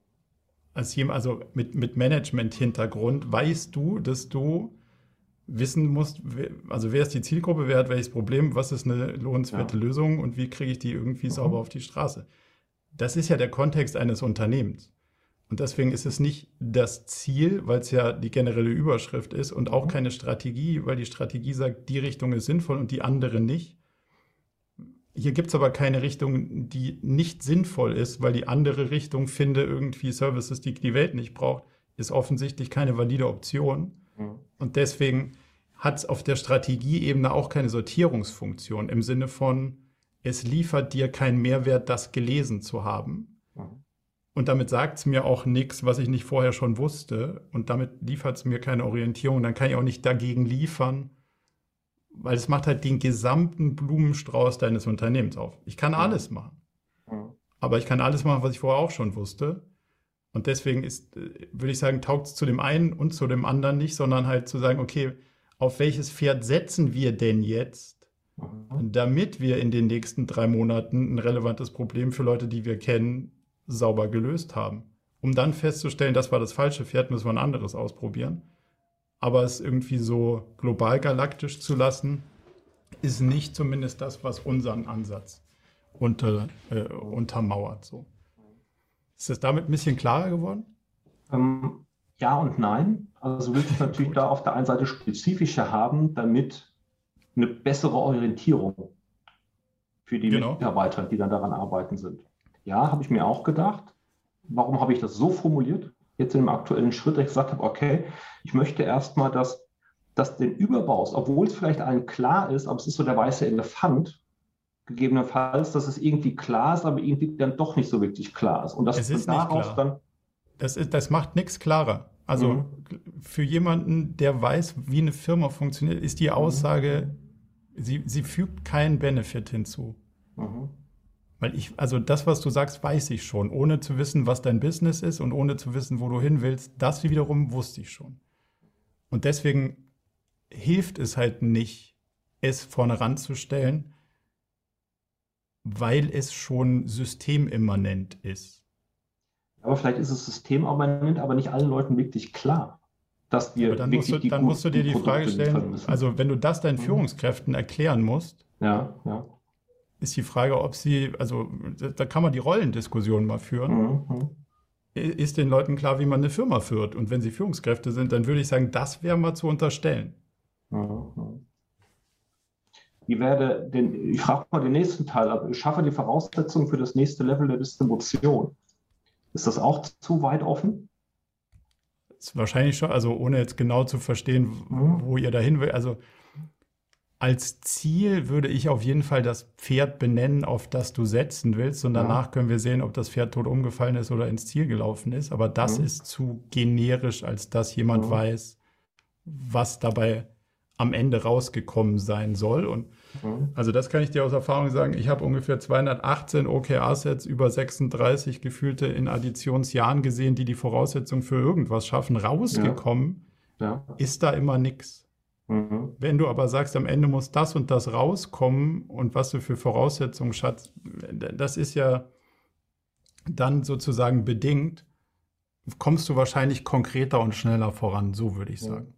Also mit Management-Hintergrund weißt du, dass du wissen musst, wer ist die Zielgruppe, wer hat welches Problem, was ist eine lohnenswerte Lösung und wie kriege ich die irgendwie sauber auf die Straße. Das ist ja der Kontext eines Unternehmens. Und deswegen ist es nicht das Ziel, weil es ja die generelle Überschrift ist und auch keine Strategie, weil die Strategie sagt, die Richtung ist sinnvoll und die andere nicht. Hier gibt es aber keine Richtung, die nicht sinnvoll ist, weil die andere Richtung finde irgendwie Services, die die Welt nicht braucht, ist offensichtlich keine valide Option. Und deswegen hat es auf der Strategieebene auch keine Sortierungsfunktion im Sinne von, es liefert dir keinen Mehrwert, das gelesen zu haben. Und damit sagt es mir auch nichts, was ich nicht vorher schon wusste. Und damit liefert es mir keine Orientierung. Dann kann ich auch nicht dagegen liefern, weil es macht halt den gesamten Blumenstrauß deines Unternehmens auf. Ich kann alles machen. Aber ich kann alles machen, was ich vorher auch schon wusste. Und deswegen würde ich sagen, taugt es zu dem einen und zu dem anderen nicht, sondern halt zu sagen, okay, auf welches Pferd setzen wir denn jetzt, damit wir in den nächsten 3 Monaten ein relevantes Problem für Leute, die wir kennen, sauber gelöst haben. Um dann festzustellen, das war das falsche Pferd, müssen wir ein anderes ausprobieren. Aber es irgendwie so global galaktisch zu lassen, ist nicht zumindest das, was unseren Ansatz untermauert. So. Ist das damit ein bisschen klarer geworden? Ja und nein. Also willst du natürlich da auf der einen Seite spezifischer haben, damit eine bessere Orientierung für die Mitarbeiter, die dann daran arbeiten sind. Ja, habe ich mir auch gedacht. Warum habe ich das so formuliert? Jetzt in dem aktuellen Schritt, dass ich gesagt habe, okay, ich möchte erstmal, dass den Überbau, obwohl es vielleicht allen klar ist, aber es ist so der weiße Elefant, gegebenenfalls, dass es irgendwie klar ist, aber irgendwie dann doch nicht so wirklich klar ist. Und das es ist nicht klar. Das macht nichts klarer. Also für jemanden, der weiß, wie eine Firma funktioniert, ist die Aussage, sie fügt keinen Benefit hinzu. Weil also das, was du sagst, weiß ich schon, ohne zu wissen, was dein Business ist und ohne zu wissen, wo du hin willst, das wiederum wusste ich schon. Und deswegen hilft es halt nicht, es vorne ranzustellen, weil es schon systemimmanent ist. Aber vielleicht ist es systemimmanent, aber nicht allen Leuten wirklich klar, dass wir dann musst du dir die Frage stellen, also wenn du das deinen Führungskräften erklären musst, ist die Frage, ob sie, also da kann man die Rollendiskussion mal führen. Ist den Leuten klar, wie man eine Firma führt? Und wenn sie Führungskräfte sind, dann würde ich sagen, das wäre mal zu unterstellen. Ich frage mal den nächsten Teil ab. Ich schaffe die Voraussetzungen für das nächste Level der Distribution. Ist das auch zu weit offen? Das ist wahrscheinlich schon, also ohne jetzt genau zu verstehen, wo ihr dahin will. Also als Ziel würde ich auf jeden Fall das Pferd benennen, auf das du setzen willst. Und danach können wir sehen, ob das Pferd tot umgefallen ist oder ins Ziel gelaufen ist. Aber das ist zu generisch, als dass jemand weiß, was dabei am Ende rausgekommen sein soll. Und also das kann ich dir aus Erfahrung sagen. Ich habe ungefähr 218 OKR-Sets über 36 gefühlte in Additionsjahren gesehen, die Voraussetzungen für irgendwas schaffen. Rausgekommen ist da immer nichts. Wenn du aber sagst, am Ende muss das und das rauskommen und was du für Voraussetzungen schaffst, das ist ja dann sozusagen bedingt, kommst du wahrscheinlich konkreter und schneller voran, so würde ich sagen.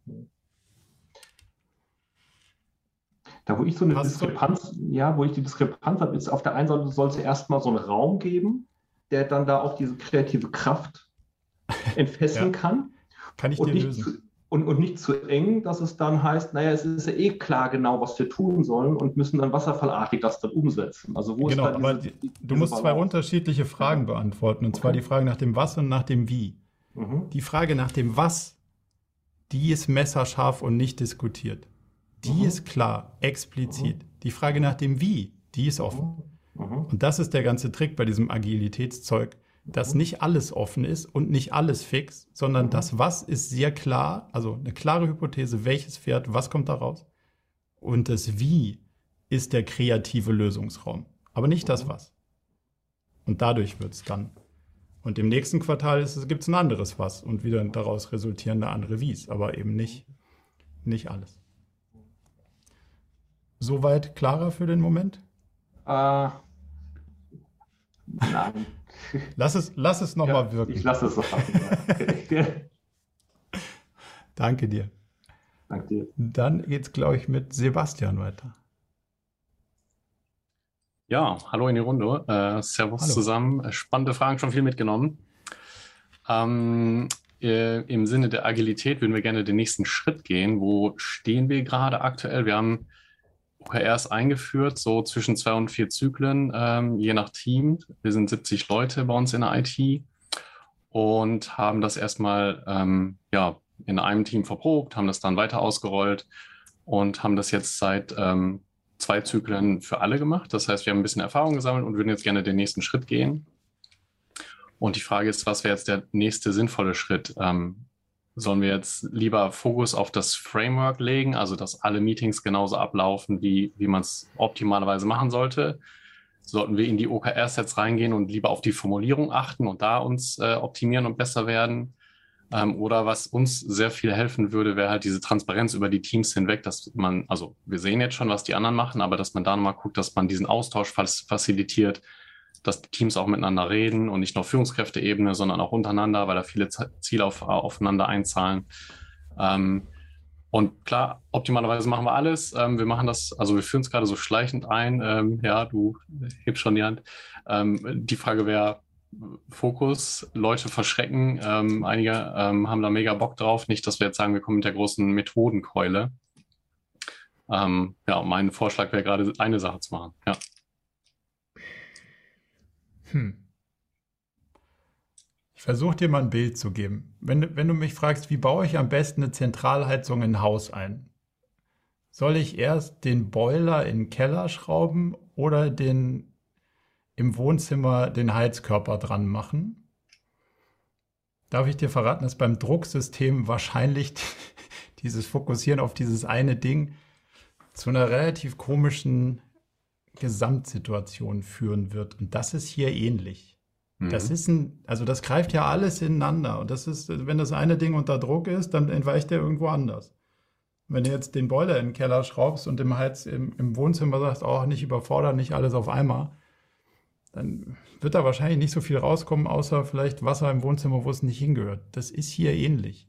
Da, wo ich so eine Diskrepanz, wo ich die Diskrepanz habe, ist auf der einen Seite soll es erstmal so einen Raum geben, der dann da auch diese kreative Kraft entfesseln kann. Kann ich dir lösen. Und nicht zu eng, dass es dann heißt, naja, es ist ja eh klar genau, was wir tun sollen und müssen dann wasserfallartig das dann umsetzen. Also wo ist da aber du musst zwei unterschiedliche Fragen beantworten, und zwar die Frage nach dem Was und nach dem Wie. Die Frage nach dem Was, die ist messerscharf und nicht diskutiert. Die ist klar, explizit. Die Frage nach dem Wie, die ist offen. Und das ist der ganze Trick bei diesem Agilitätszeug, dass nicht alles offen ist und nicht alles fix, sondern das Was ist sehr klar, also eine klare Hypothese, welches Pferd, was kommt da raus. Und das Wie ist der kreative Lösungsraum, aber nicht das Was. Und dadurch wird es dann. Und im nächsten Quartal gibt es ein anderes Was und wieder daraus resultierende andere Wies, aber eben nicht alles. Soweit klarer für den Moment? Nein. Lass es nochmal wirken. Ich lasse es noch. Danke dir. Danke dir. Dann geht's, glaube ich, mit Sebastian weiter. Ja, hallo in die Runde. Servus zusammen. Spannende Fragen, schon viel mitgenommen. Im Sinne der Agilität würden wir gerne den nächsten Schritt gehen. Wo stehen wir gerade aktuell? Wir haben OKRs eingeführt, so zwischen 2 und 4 Zyklen, je nach Team. Wir sind 70 Leute bei uns in der IT und haben das erstmal in einem Team verprobt, haben das dann weiter ausgerollt und haben das jetzt seit 2 Zyklen für alle gemacht. Das heißt, wir haben ein bisschen Erfahrung gesammelt und würden jetzt gerne den nächsten Schritt gehen. Und die Frage ist, was wäre jetzt der nächste sinnvolle Schritt? Sollen wir jetzt lieber Fokus auf das Framework legen, also dass alle Meetings genauso ablaufen, wie man es optimalerweise machen sollte? Sollten wir in die OKR-Sets reingehen und lieber auf die Formulierung achten und da uns optimieren und besser werden? Oder was uns sehr viel helfen würde, wäre halt diese Transparenz über die Teams hinweg, dass man, also wir sehen jetzt schon, was die anderen machen, aber dass man da nochmal guckt, dass man diesen Austausch facilitiert, dass die Teams auch miteinander reden und nicht nur auf Führungskräfteebene, sondern auch untereinander, weil da viele Ziele aufeinander einzahlen. Und klar, optimalerweise machen wir alles. Wir machen das, also wir führen es gerade so schleichend ein. Du hebst schon die Hand. Die Frage wäre Fokus, Leute verschrecken. Einige haben da mega Bock drauf. Nicht, dass wir jetzt sagen, wir kommen mit der großen Methodenkeule. Mein Vorschlag wäre gerade, eine Sache zu machen. Ja. Ich versuche dir mal ein Bild zu geben. Wenn du mich fragst, wie baue ich am besten eine Zentralheizung in ein Haus ein? Soll ich erst den Boiler in den Keller schrauben oder im Wohnzimmer den Heizkörper dran machen? Darf ich dir verraten, dass beim Drucksystem wahrscheinlich dieses Fokussieren auf dieses eine Ding zu einer relativ komischen Gesamtsituation führen wird. Und das ist hier ähnlich. Das ist das greift ja alles ineinander. Und das ist, wenn das eine Ding unter Druck ist, dann entweicht der irgendwo anders. Wenn du jetzt den Boiler in den Keller schraubst und im Wohnzimmer sagst, nicht überfordern, nicht alles auf einmal, dann wird da wahrscheinlich nicht so viel rauskommen, außer vielleicht Wasser im Wohnzimmer, wo es nicht hingehört. Das ist hier ähnlich.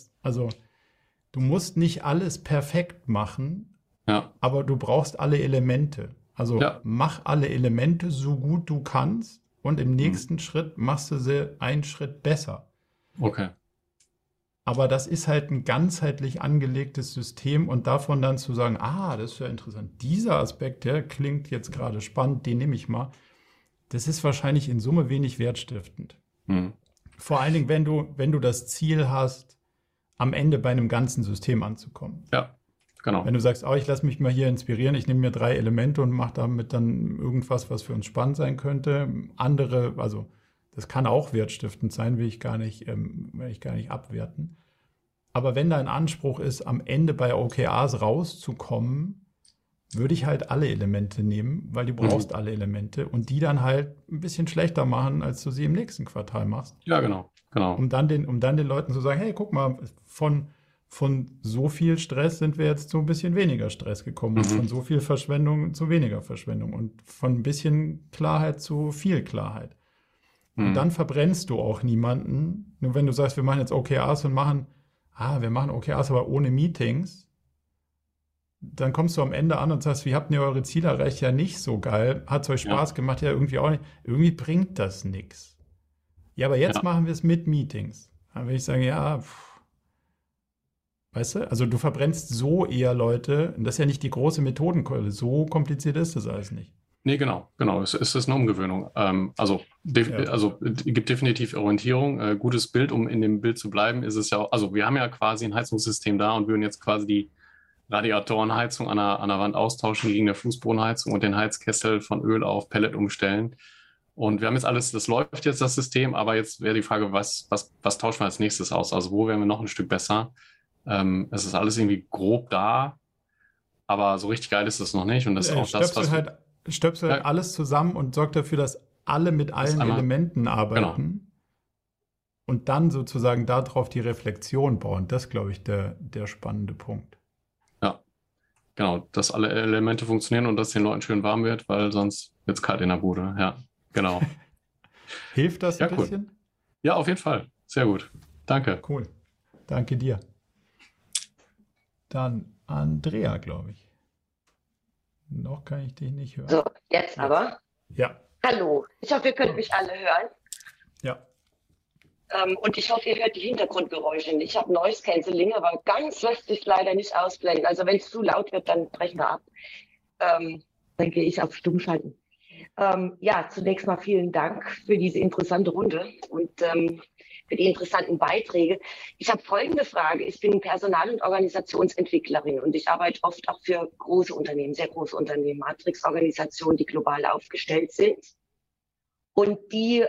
Du musst nicht alles perfekt machen, aber du brauchst alle Elemente. Also mach alle Elemente so gut du kannst und im nächsten Schritt machst du sie einen Schritt besser. Okay. Aber das ist halt ein ganzheitlich angelegtes System und davon dann zu sagen, das ist ja interessant. Dieser Aspekt, der klingt jetzt gerade spannend, den nehme ich mal. Das ist wahrscheinlich in Summe wenig wertstiftend. Vor allen Dingen, wenn du das Ziel hast, am Ende bei einem ganzen System anzukommen. Ja, genau. Wenn du sagst, ich lasse mich mal hier inspirieren, ich nehme mir 3 Elemente und mache damit dann irgendwas, was für uns spannend sein könnte. Andere, also das kann auch wertstiftend sein, will ich gar nicht abwerten. Aber wenn dein Anspruch ist, am Ende bei OKRs rauszukommen, würde ich halt alle Elemente nehmen, weil du brauchst alle Elemente und die dann halt ein bisschen schlechter machen, als du sie im nächsten Quartal machst. Ja, genau. Um dann den Leuten zu sagen, hey, guck mal, von so viel Stress sind wir jetzt zu ein bisschen weniger Stress gekommen und von so viel Verschwendung zu weniger Verschwendung und von ein bisschen Klarheit zu viel Klarheit. Und dann verbrennst du auch niemanden. Nur wenn du sagst, wir machen jetzt OKRs und wir machen OKRs, aber ohne Meetings, dann kommst du am Ende an und sagst, wie habt ihr eure Ziele erreicht? Ja, nicht so geil. Hat es euch Spaß gemacht? Ja, irgendwie auch nicht. Irgendwie bringt das nichts. Ja, aber jetzt machen wir es mit Meetings. Dann würde ich sagen, weißt du, also du verbrennst so eher Leute, und das ist ja nicht die große Methodenkeule, so kompliziert ist das alles nicht. Nee, genau. Es ist eine Umgewöhnung. Gibt definitiv Orientierung. Gutes Bild, um in dem Bild zu bleiben, ist es ja auch, also wir haben ja quasi ein Heizungssystem da und würden jetzt quasi die Radiatorenheizung an der Wand austauschen gegen eine Fußbodenheizung und den Heizkessel von Öl auf Pellet umstellen. Und wir haben jetzt alles, das läuft jetzt, das System, aber jetzt wäre die Frage, was tauschen wir als nächstes aus? Also wo wären wir noch ein Stück besser? Es ist alles irgendwie grob da, aber so richtig geil ist es noch nicht. Und das ist auch das, was stöpsel halt alles zusammen und sorgt dafür, dass alle mit allen Elementen arbeiten. Genau. Und dann sozusagen darauf die Reflexion bauen. Das ist, glaube ich, der spannende Punkt. Ja, genau. Dass alle Elemente funktionieren und dass den Leuten schön warm wird, weil sonst wird es kalt in der Bude. Ja, genau. Hilft das ein bisschen? Cool. Ja, auf jeden Fall. Sehr gut. Danke. Cool. Danke dir. Dann Andrea, glaube ich. Noch kann ich dich nicht hören. So, jetzt aber. Ja. Hallo, ich hoffe, ihr könnt mich alle hören. Ja. Und ich hoffe, ihr hört die Hintergrundgeräusche nicht. Ich habe Noise Cancelling, aber ganz lässt sich leider nicht ausblenden. Also wenn es zu laut wird, dann brechen wir ab. Dann gehe ich auf Stummschalten. Zunächst mal vielen Dank für diese interessante Runde und für die interessanten Beiträge. Ich habe folgende Frage. Ich bin Personal- und Organisationsentwicklerin und ich arbeite oft auch für große Unternehmen, sehr große Unternehmen, Matrix-Organisationen, die global aufgestellt sind und die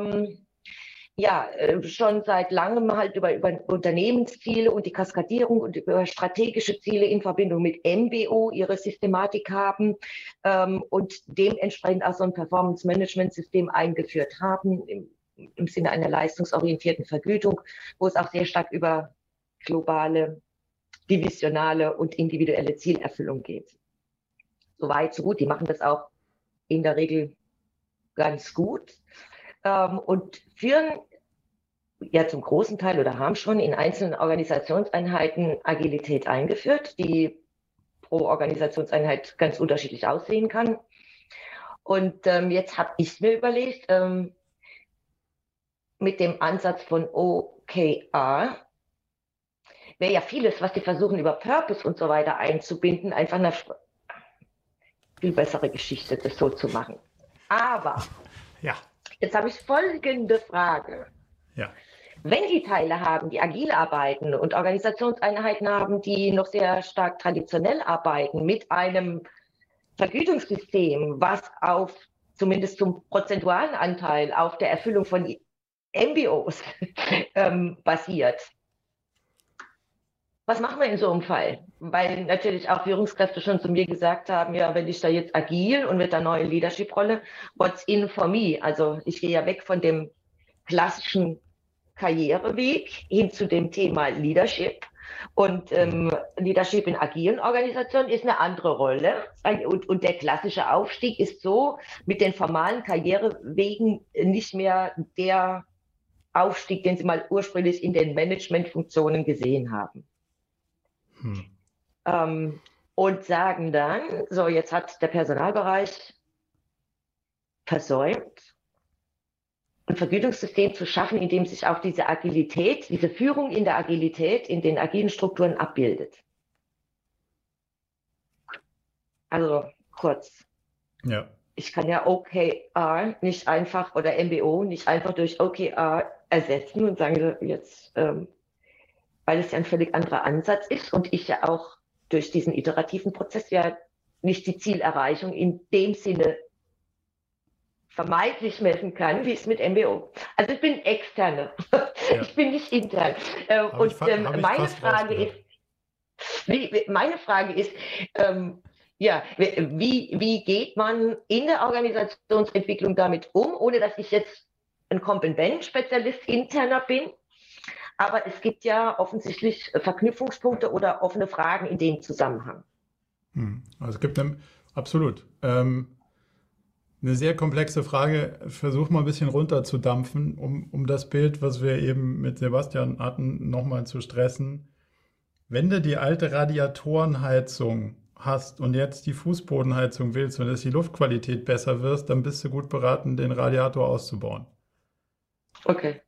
schon seit langem halt über Unternehmensziele und die Kaskadierung und über strategische Ziele in Verbindung mit MBO ihre Systematik haben und dementsprechend auch so ein Performance-Management-System eingeführt haben im Sinne einer leistungsorientierten Vergütung, wo es auch sehr stark über globale, divisionale und individuelle Zielerfüllung geht. Soweit, so gut. Die machen das auch in der Regel ganz gut und führen ja zum großen Teil oder haben schon in einzelnen Organisationseinheiten Agilität eingeführt, die pro Organisationseinheit ganz unterschiedlich aussehen kann. Und jetzt habe ich mir überlegt, mit dem Ansatz von OKR wäre ja vieles, was die versuchen, über Purpose und so weiter einzubinden, einfach eine viel bessere Geschichte, das so zu machen. Aber jetzt habe ich folgende Frage. Ja. Wenn die Teile haben, die agil arbeiten und Organisationseinheiten haben, die noch sehr stark traditionell arbeiten, mit einem Vergütungssystem, was zumindest zum prozentualen Anteil auf der Erfüllung von MBOs basiert. Was machen wir in so einem Fall? Weil natürlich auch Führungskräfte schon zu mir gesagt haben, ja, wenn ich da jetzt agil und mit der neuen Leadership-Rolle, what's in for me? Also ich gehe ja weg von dem klassischen Karriereweg hin zu dem Thema Leadership. Und Leadership in agilen Organisationen ist eine andere Rolle. Und der klassische Aufstieg ist so mit den formalen Karrierewegen nicht mehr der Aufstieg, den Sie mal ursprünglich in den Managementfunktionen gesehen haben. Und sagen dann, so jetzt hat der Personalbereich versäumt, ein Vergütungssystem zu schaffen, in dem sich auch diese Agilität, diese Führung in der Agilität, in den agilen Strukturen abbildet. Also kurz. Ja. Ich kann ja OKR nicht einfach oder MBO nicht einfach durch OKR ersetzen und sagen, jetzt, weil es ja ein völlig anderer Ansatz ist und ich ja auch durch diesen iterativen Prozess ja nicht die Zielerreichung in dem Sinne vermeintlich messen kann, wie es mit MBO. Also ich bin Externe, ja. Ich bin nicht intern. Und meine Frage ist, ja, wie geht man in der Organisationsentwicklung damit um, ohne dass ich jetzt ein Comp-and-Ben-Spezialist interner bin? Aber es gibt ja offensichtlich Verknüpfungspunkte oder offene Fragen in dem Zusammenhang. Also es gibt absolut eine sehr komplexe Frage. Versuch mal ein bisschen runterzudampfen, um das Bild, was wir eben mit Sebastian hatten, nochmal zu stressen. Wenn du die alte Radiatorenheizung hast und jetzt die Fußbodenheizung willst und dass die Luftqualität besser wird, dann bist du gut beraten, den Radiator auszubauen. Okay.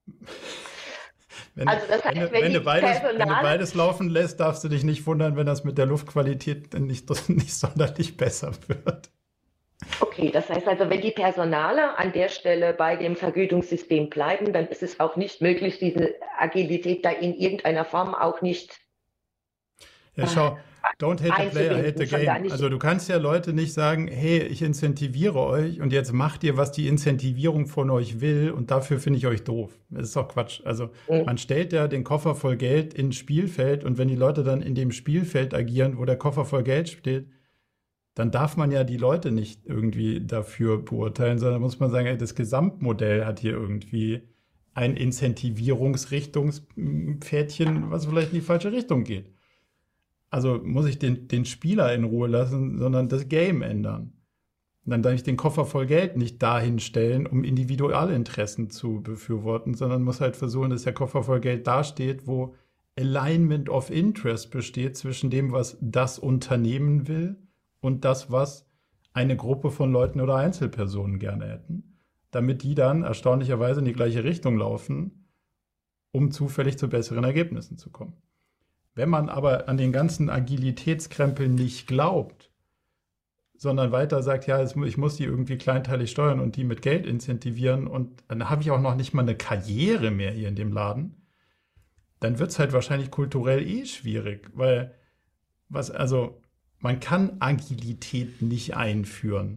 Wenn du beides laufen lässt, darfst du dich nicht wundern, wenn das mit der Luftqualität nicht sonderlich besser wird. Okay, das heißt also, wenn die Personaler an der Stelle bei dem Vergütungssystem bleiben, dann ist es auch nicht möglich, diese Agilität da in irgendeiner Form auch nicht. Ja, schau, don't hate the player, hate the game. Also du kannst ja Leute nicht sagen, hey, ich incentiviere euch und jetzt macht ihr, was die Incentivierung von euch will und dafür finde ich euch doof. Das ist doch Quatsch. Also man stellt ja den Koffer voll Geld ins Spielfeld und wenn die Leute dann in dem Spielfeld agieren, wo der Koffer voll Geld steht, dann darf man ja die Leute nicht irgendwie dafür beurteilen, sondern muss man sagen, ey, das Gesamtmodell hat hier irgendwie ein Incentivierungsrichtungspferdchen, was vielleicht in die falsche Richtung geht. Also muss ich den Spieler in Ruhe lassen, sondern das Game ändern. Und dann darf ich den Koffer voll Geld nicht dahin stellen, um Individualinteressen zu befürworten, sondern muss halt versuchen, dass der Koffer voll Geld dasteht, wo Alignment of Interest besteht zwischen dem, was das Unternehmen will und das, was eine Gruppe von Leuten oder Einzelpersonen gerne hätten, damit die dann erstaunlicherweise in die gleiche Richtung laufen, um zufällig zu besseren Ergebnissen zu kommen. Wenn man aber an den ganzen Agilitätskrempel nicht glaubt, sondern weiter sagt, ja, ich muss die irgendwie kleinteilig steuern und die mit Geld incentivieren und dann habe ich auch noch nicht mal eine Karriere mehr hier in dem Laden, dann wird es halt wahrscheinlich kulturell schwierig, weil man kann Agilität nicht einführen.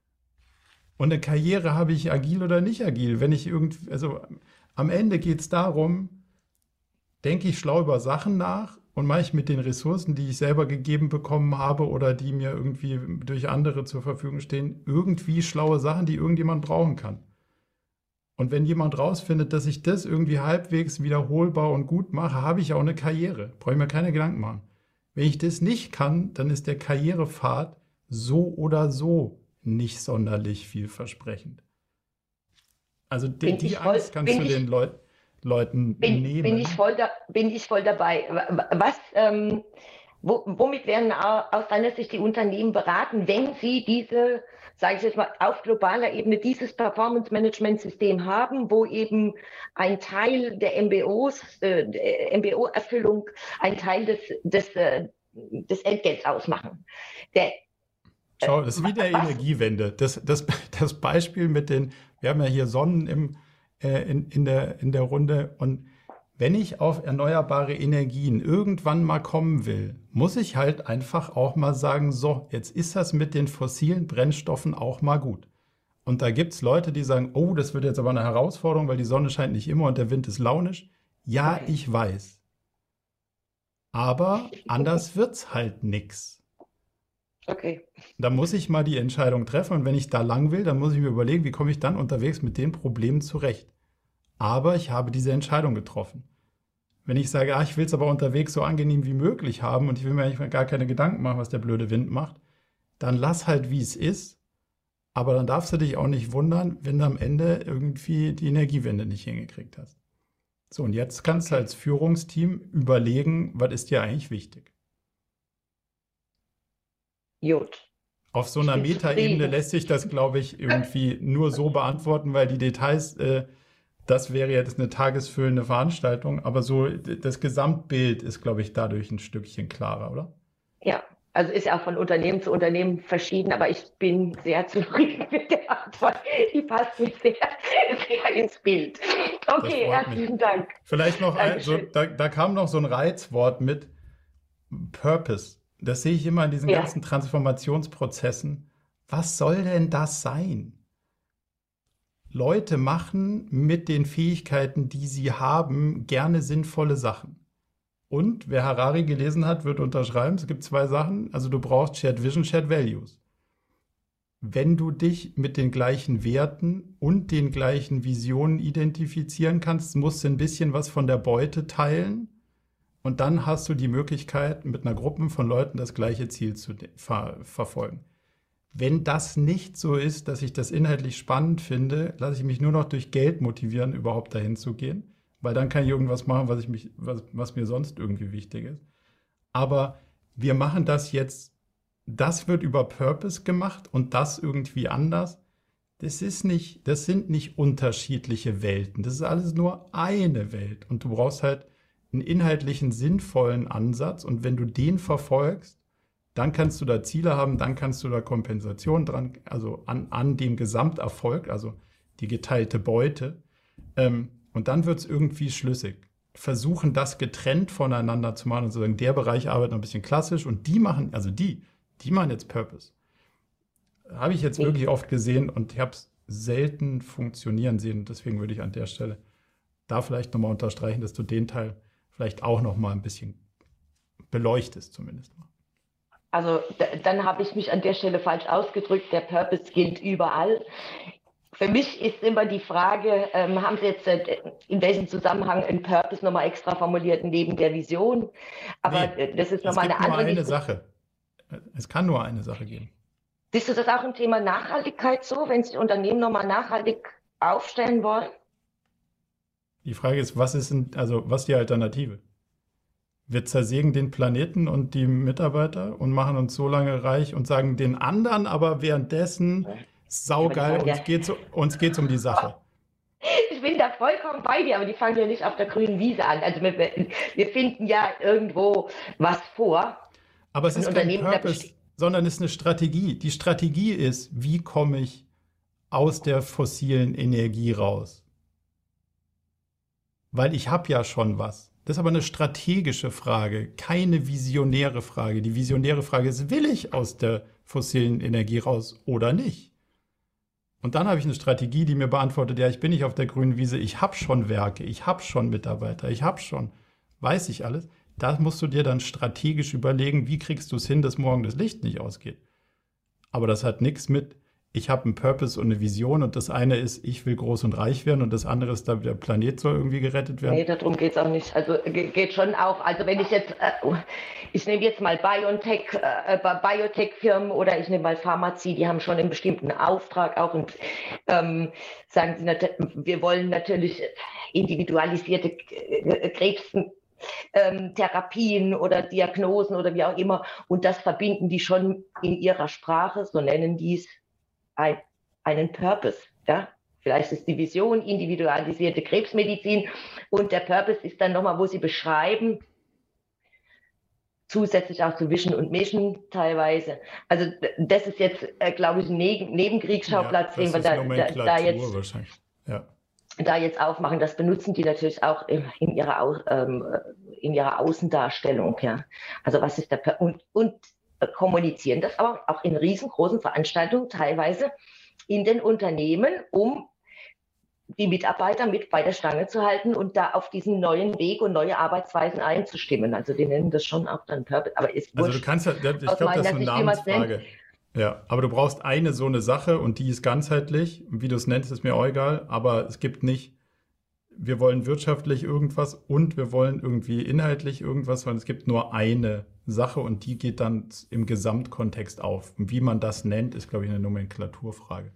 Und eine Karriere habe ich agil oder nicht agil. Wenn ich am Ende geht es darum, denke ich schlau über Sachen nach und mache ich mit den Ressourcen, die ich selber gegeben bekommen habe oder die mir irgendwie durch andere zur Verfügung stehen, irgendwie schlaue Sachen, die irgendjemand brauchen kann. Und wenn jemand rausfindet, dass ich das irgendwie halbwegs wiederholbar und gut mache, habe ich auch eine Karriere. Brauche ich mir keine Gedanken machen. Wenn ich das nicht kann, dann ist der Karrierepfad so oder so nicht sonderlich vielversprechend. Also die Angst kannst du den Leuten nehmen. Bin ich voll dabei. Womit werden aus deiner Sicht die Unternehmen beraten, wenn sie diese, sage ich jetzt mal, auf globaler Ebene dieses Performance-Management-System haben, wo eben ein Teil der MBO-Erfüllung ein Teil des Entgelts ausmachen? Schau, das ist wie der Energiewende. Das Beispiel mit wir haben ja hier Sonnen in der Runde und wenn ich auf erneuerbare Energien irgendwann mal kommen will, muss ich halt einfach auch mal sagen, so, jetzt ist das mit den fossilen Brennstoffen auch mal gut. Und da gibt es Leute, die sagen, oh, das wird jetzt aber eine Herausforderung, weil die Sonne scheint nicht immer und der Wind ist launisch. Ja, ich weiß. Aber anders wird's halt nix. Okay. Da muss ich mal die Entscheidung treffen und wenn ich da lang will, dann muss ich mir überlegen, wie komme ich dann unterwegs mit den Problemen zurecht. Aber ich habe diese Entscheidung getroffen. Wenn ich sage, ich will es aber unterwegs so angenehm wie möglich haben und ich will mir eigentlich gar keine Gedanken machen, was der blöde Wind macht, dann lass halt, wie es ist. Aber dann darfst du dich auch nicht wundern, wenn du am Ende irgendwie die Energiewende nicht hingekriegt hast. So, und jetzt kannst du als Führungsteam überlegen, was ist dir eigentlich wichtig? Gut. Auf so einer Metaebene lässt sich das, glaube ich, irgendwie nur so beantworten, weil die Details, das wäre jetzt eine tagesfüllende Veranstaltung, aber so das Gesamtbild ist, glaube ich, dadurch ein Stückchen klarer, oder? Ja, also ist ja auch von Unternehmen zu Unternehmen verschieden, aber ich bin sehr zufrieden mit der Antwort. Die passt mir sehr, sehr ins Bild. Okay, herzlichen Dank. Vielleicht noch, da kam noch so ein Reizwort mit Purpose. Das sehe ich immer in diesen ganzen Transformationsprozessen. Was soll denn das sein? Leute machen mit den Fähigkeiten, die sie haben, gerne sinnvolle Sachen. Und wer Harari gelesen hat, wird unterschreiben, es gibt 2 Sachen. Also du brauchst Shared Vision, Shared Values. Wenn du dich mit den gleichen Werten und den gleichen Visionen identifizieren kannst, musst du ein bisschen was von der Beute teilen. Und dann hast du die Möglichkeit, mit einer Gruppe von Leuten das gleiche Ziel zu verfolgen. Wenn das nicht so ist, dass ich das inhaltlich spannend finde, lasse ich mich nur noch durch Geld motivieren, überhaupt dahin zu gehen. Weil dann kann ich irgendwas machen, was mir sonst irgendwie wichtig ist. Aber wir machen das jetzt, das wird über Purpose gemacht und das irgendwie anders. Das sind nicht unterschiedliche Welten. Das ist alles nur eine Welt. Und du brauchst halt einen inhaltlichen, sinnvollen Ansatz. Und wenn du den verfolgst, dann kannst du da Ziele haben, dann kannst du da Kompensation dran, also an dem Gesamterfolg, also die geteilte Beute. Und dann wird es irgendwie schlüssig. Versuchen, das getrennt voneinander zu machen und zu sagen, der Bereich arbeitet noch ein bisschen klassisch und die machen, also die machen jetzt Purpose. Habe ich jetzt wirklich oft gesehen und ich habe es selten funktionieren sehen. Und deswegen würde ich an der Stelle da vielleicht nochmal unterstreichen, dass du den Teil vielleicht auch nochmal ein bisschen beleuchtest zumindest. Also dann habe ich mich an der Stelle falsch ausgedrückt. Der Purpose gilt überall. Für mich ist immer die Frage, haben Sie jetzt in welchem Zusammenhang einen Purpose nochmal extra formuliert neben der Vision? Aber das ist nochmal eine andere Sache. Es kann nur eine Sache geben. Siehst du das auch im Thema Nachhaltigkeit so, wenn sich Unternehmen nochmal nachhaltig aufstellen wollen? Die Frage ist, was ist die Alternative? Wir zersägen den Planeten und die Mitarbeiter und machen uns so lange reich und sagen den anderen aber währenddessen, saugeil, uns geht's um die Sache. Ich bin da vollkommen bei dir, aber die fangen ja nicht auf der grünen Wiese an. Also wir finden ja irgendwo was vor. Aber es ist kein Purpose, sondern es ist eine Strategie. Die Strategie ist, wie komme ich aus der fossilen Energie raus? Weil ich habe ja schon was. Das ist aber eine strategische Frage, keine visionäre Frage. Die visionäre Frage ist, will ich aus der fossilen Energie raus oder nicht? Und dann habe ich eine Strategie, die mir beantwortet, ja, ich bin nicht auf der grünen Wiese, ich habe schon Werke, ich habe schon Mitarbeiter, weiß ich alles. Da musst du dir dann strategisch überlegen, wie kriegst du es hin, dass morgen das Licht nicht ausgeht. Aber das hat nichts mit, ich habe einen Purpose und eine Vision und das eine ist, ich will groß und reich werden und das andere ist, der Planet soll irgendwie gerettet werden. Nee, darum geht es auch nicht. Also geht schon auch, also wenn ich jetzt, ich nehme jetzt mal Biotech-Firmen oder ich nehme mal Pharmazie, die haben schon einen bestimmten Auftrag auch und sagen sie, wir wollen natürlich individualisierte Krebstherapien oder Diagnosen oder wie auch immer und das verbinden die schon in ihrer Sprache, so nennen die es, einen Purpose, ja. Vielleicht ist die Vision individualisierte Krebsmedizin und der Purpose ist dann nochmal, wo sie beschreiben, zusätzlich auch zu Vision und Mission teilweise. Also das ist jetzt, glaube ich, ein Nebenkriegsschauplatz, den wir da jetzt. Wahrscheinlich. Ja. da jetzt aufmachen, das benutzen die natürlich auch in ihrer Außendarstellung. Ja. Also was ist da und kommunizieren das aber auch in riesengroßen Veranstaltungen teilweise in den Unternehmen, um die Mitarbeiter mit bei der Stange zu halten und da auf diesen neuen Weg und neue Arbeitsweisen einzustimmen. Also die nennen das schon auch dann Purpose. Aber ist also du kannst ja, ich glaube, das ist eine Namensfrage. Ja, aber du brauchst so eine Sache und die ist ganzheitlich. Und wie du es nennst, ist mir auch egal. Aber es gibt nicht, wir wollen wirtschaftlich irgendwas und wir wollen irgendwie inhaltlich irgendwas, sondern es gibt nur eine Sache und die geht dann im Gesamtkontext auf. Und wie man das nennt, ist, glaube ich, eine Nomenklaturfrage.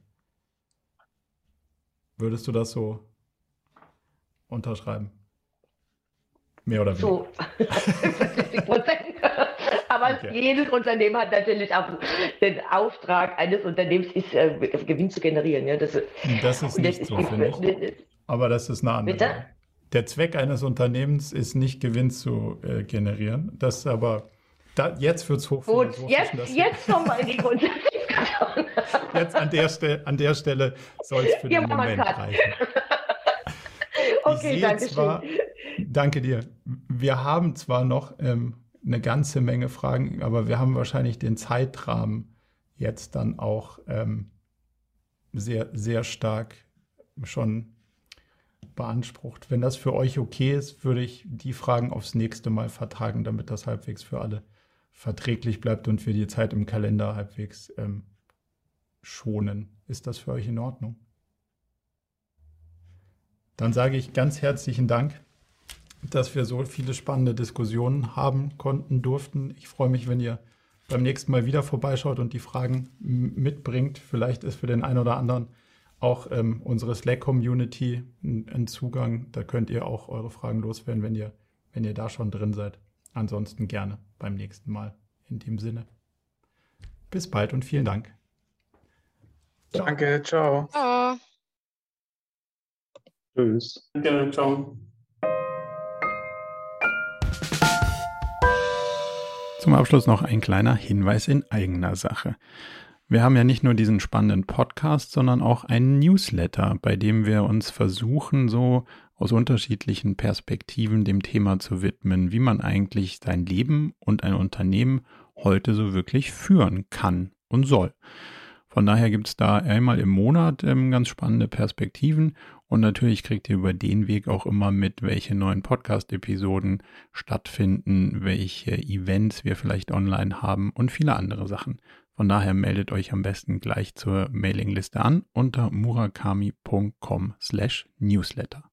Würdest du das so unterschreiben? Mehr oder weniger? So, 50%. Aber okay. Jedes Unternehmen hat natürlich auch den Auftrag eines Unternehmens, ist, Gewinn zu generieren. Ja, das ist nicht so, finde ich. Aber das ist eine andere. Bitte? Der Zweck eines Unternehmens ist nicht, Gewinn zu generieren. Das aber, jetzt wird es hochphilosophisch. Jetzt kommen wir in die Grundsatzdiskussion. Jetzt an der Stelle soll es für den Moment reichen. Okay, danke schön. Danke dir. Wir haben zwar noch eine ganze Menge Fragen, aber wir haben wahrscheinlich den Zeitrahmen jetzt dann auch sehr, sehr stark schon beansprucht. Wenn das für euch okay ist, würde ich die Fragen aufs nächste Mal vertagen, damit das halbwegs für alle verträglich bleibt und wir die Zeit im Kalender halbwegs schonen. Ist das für euch in Ordnung? Dann sage ich ganz herzlichen Dank, dass wir so viele spannende Diskussionen haben konnten, durften. Ich freue mich, wenn ihr beim nächsten Mal wieder vorbeischaut und die Fragen mitbringt. Vielleicht ist für den einen oder anderen auch unsere Slack-Community ein Zugang. Da könnt ihr auch eure Fragen loswerden, wenn ihr da schon drin seid. Ansonsten gerne beim nächsten Mal. In dem Sinne. Bis bald und vielen Dank. Ciao. Danke, ciao. Ciao. Tschüss. Danke, ciao. Zum Abschluss noch ein kleiner Hinweis in eigener Sache. Wir haben ja nicht nur diesen spannenden Podcast, sondern auch einen Newsletter, bei dem wir uns versuchen, so aus unterschiedlichen Perspektiven dem Thema zu widmen, wie man eigentlich sein Leben und ein Unternehmen heute so wirklich führen kann und soll. Von daher gibt es da einmal im Monat ganz spannende Perspektiven und natürlich kriegt ihr über den Weg auch immer mit, welche neuen Podcast-Episoden stattfinden, welche Events wir vielleicht online haben und viele andere Sachen. Von daher meldet euch am besten gleich zur Mailingliste an unter murakami.com/newsletter.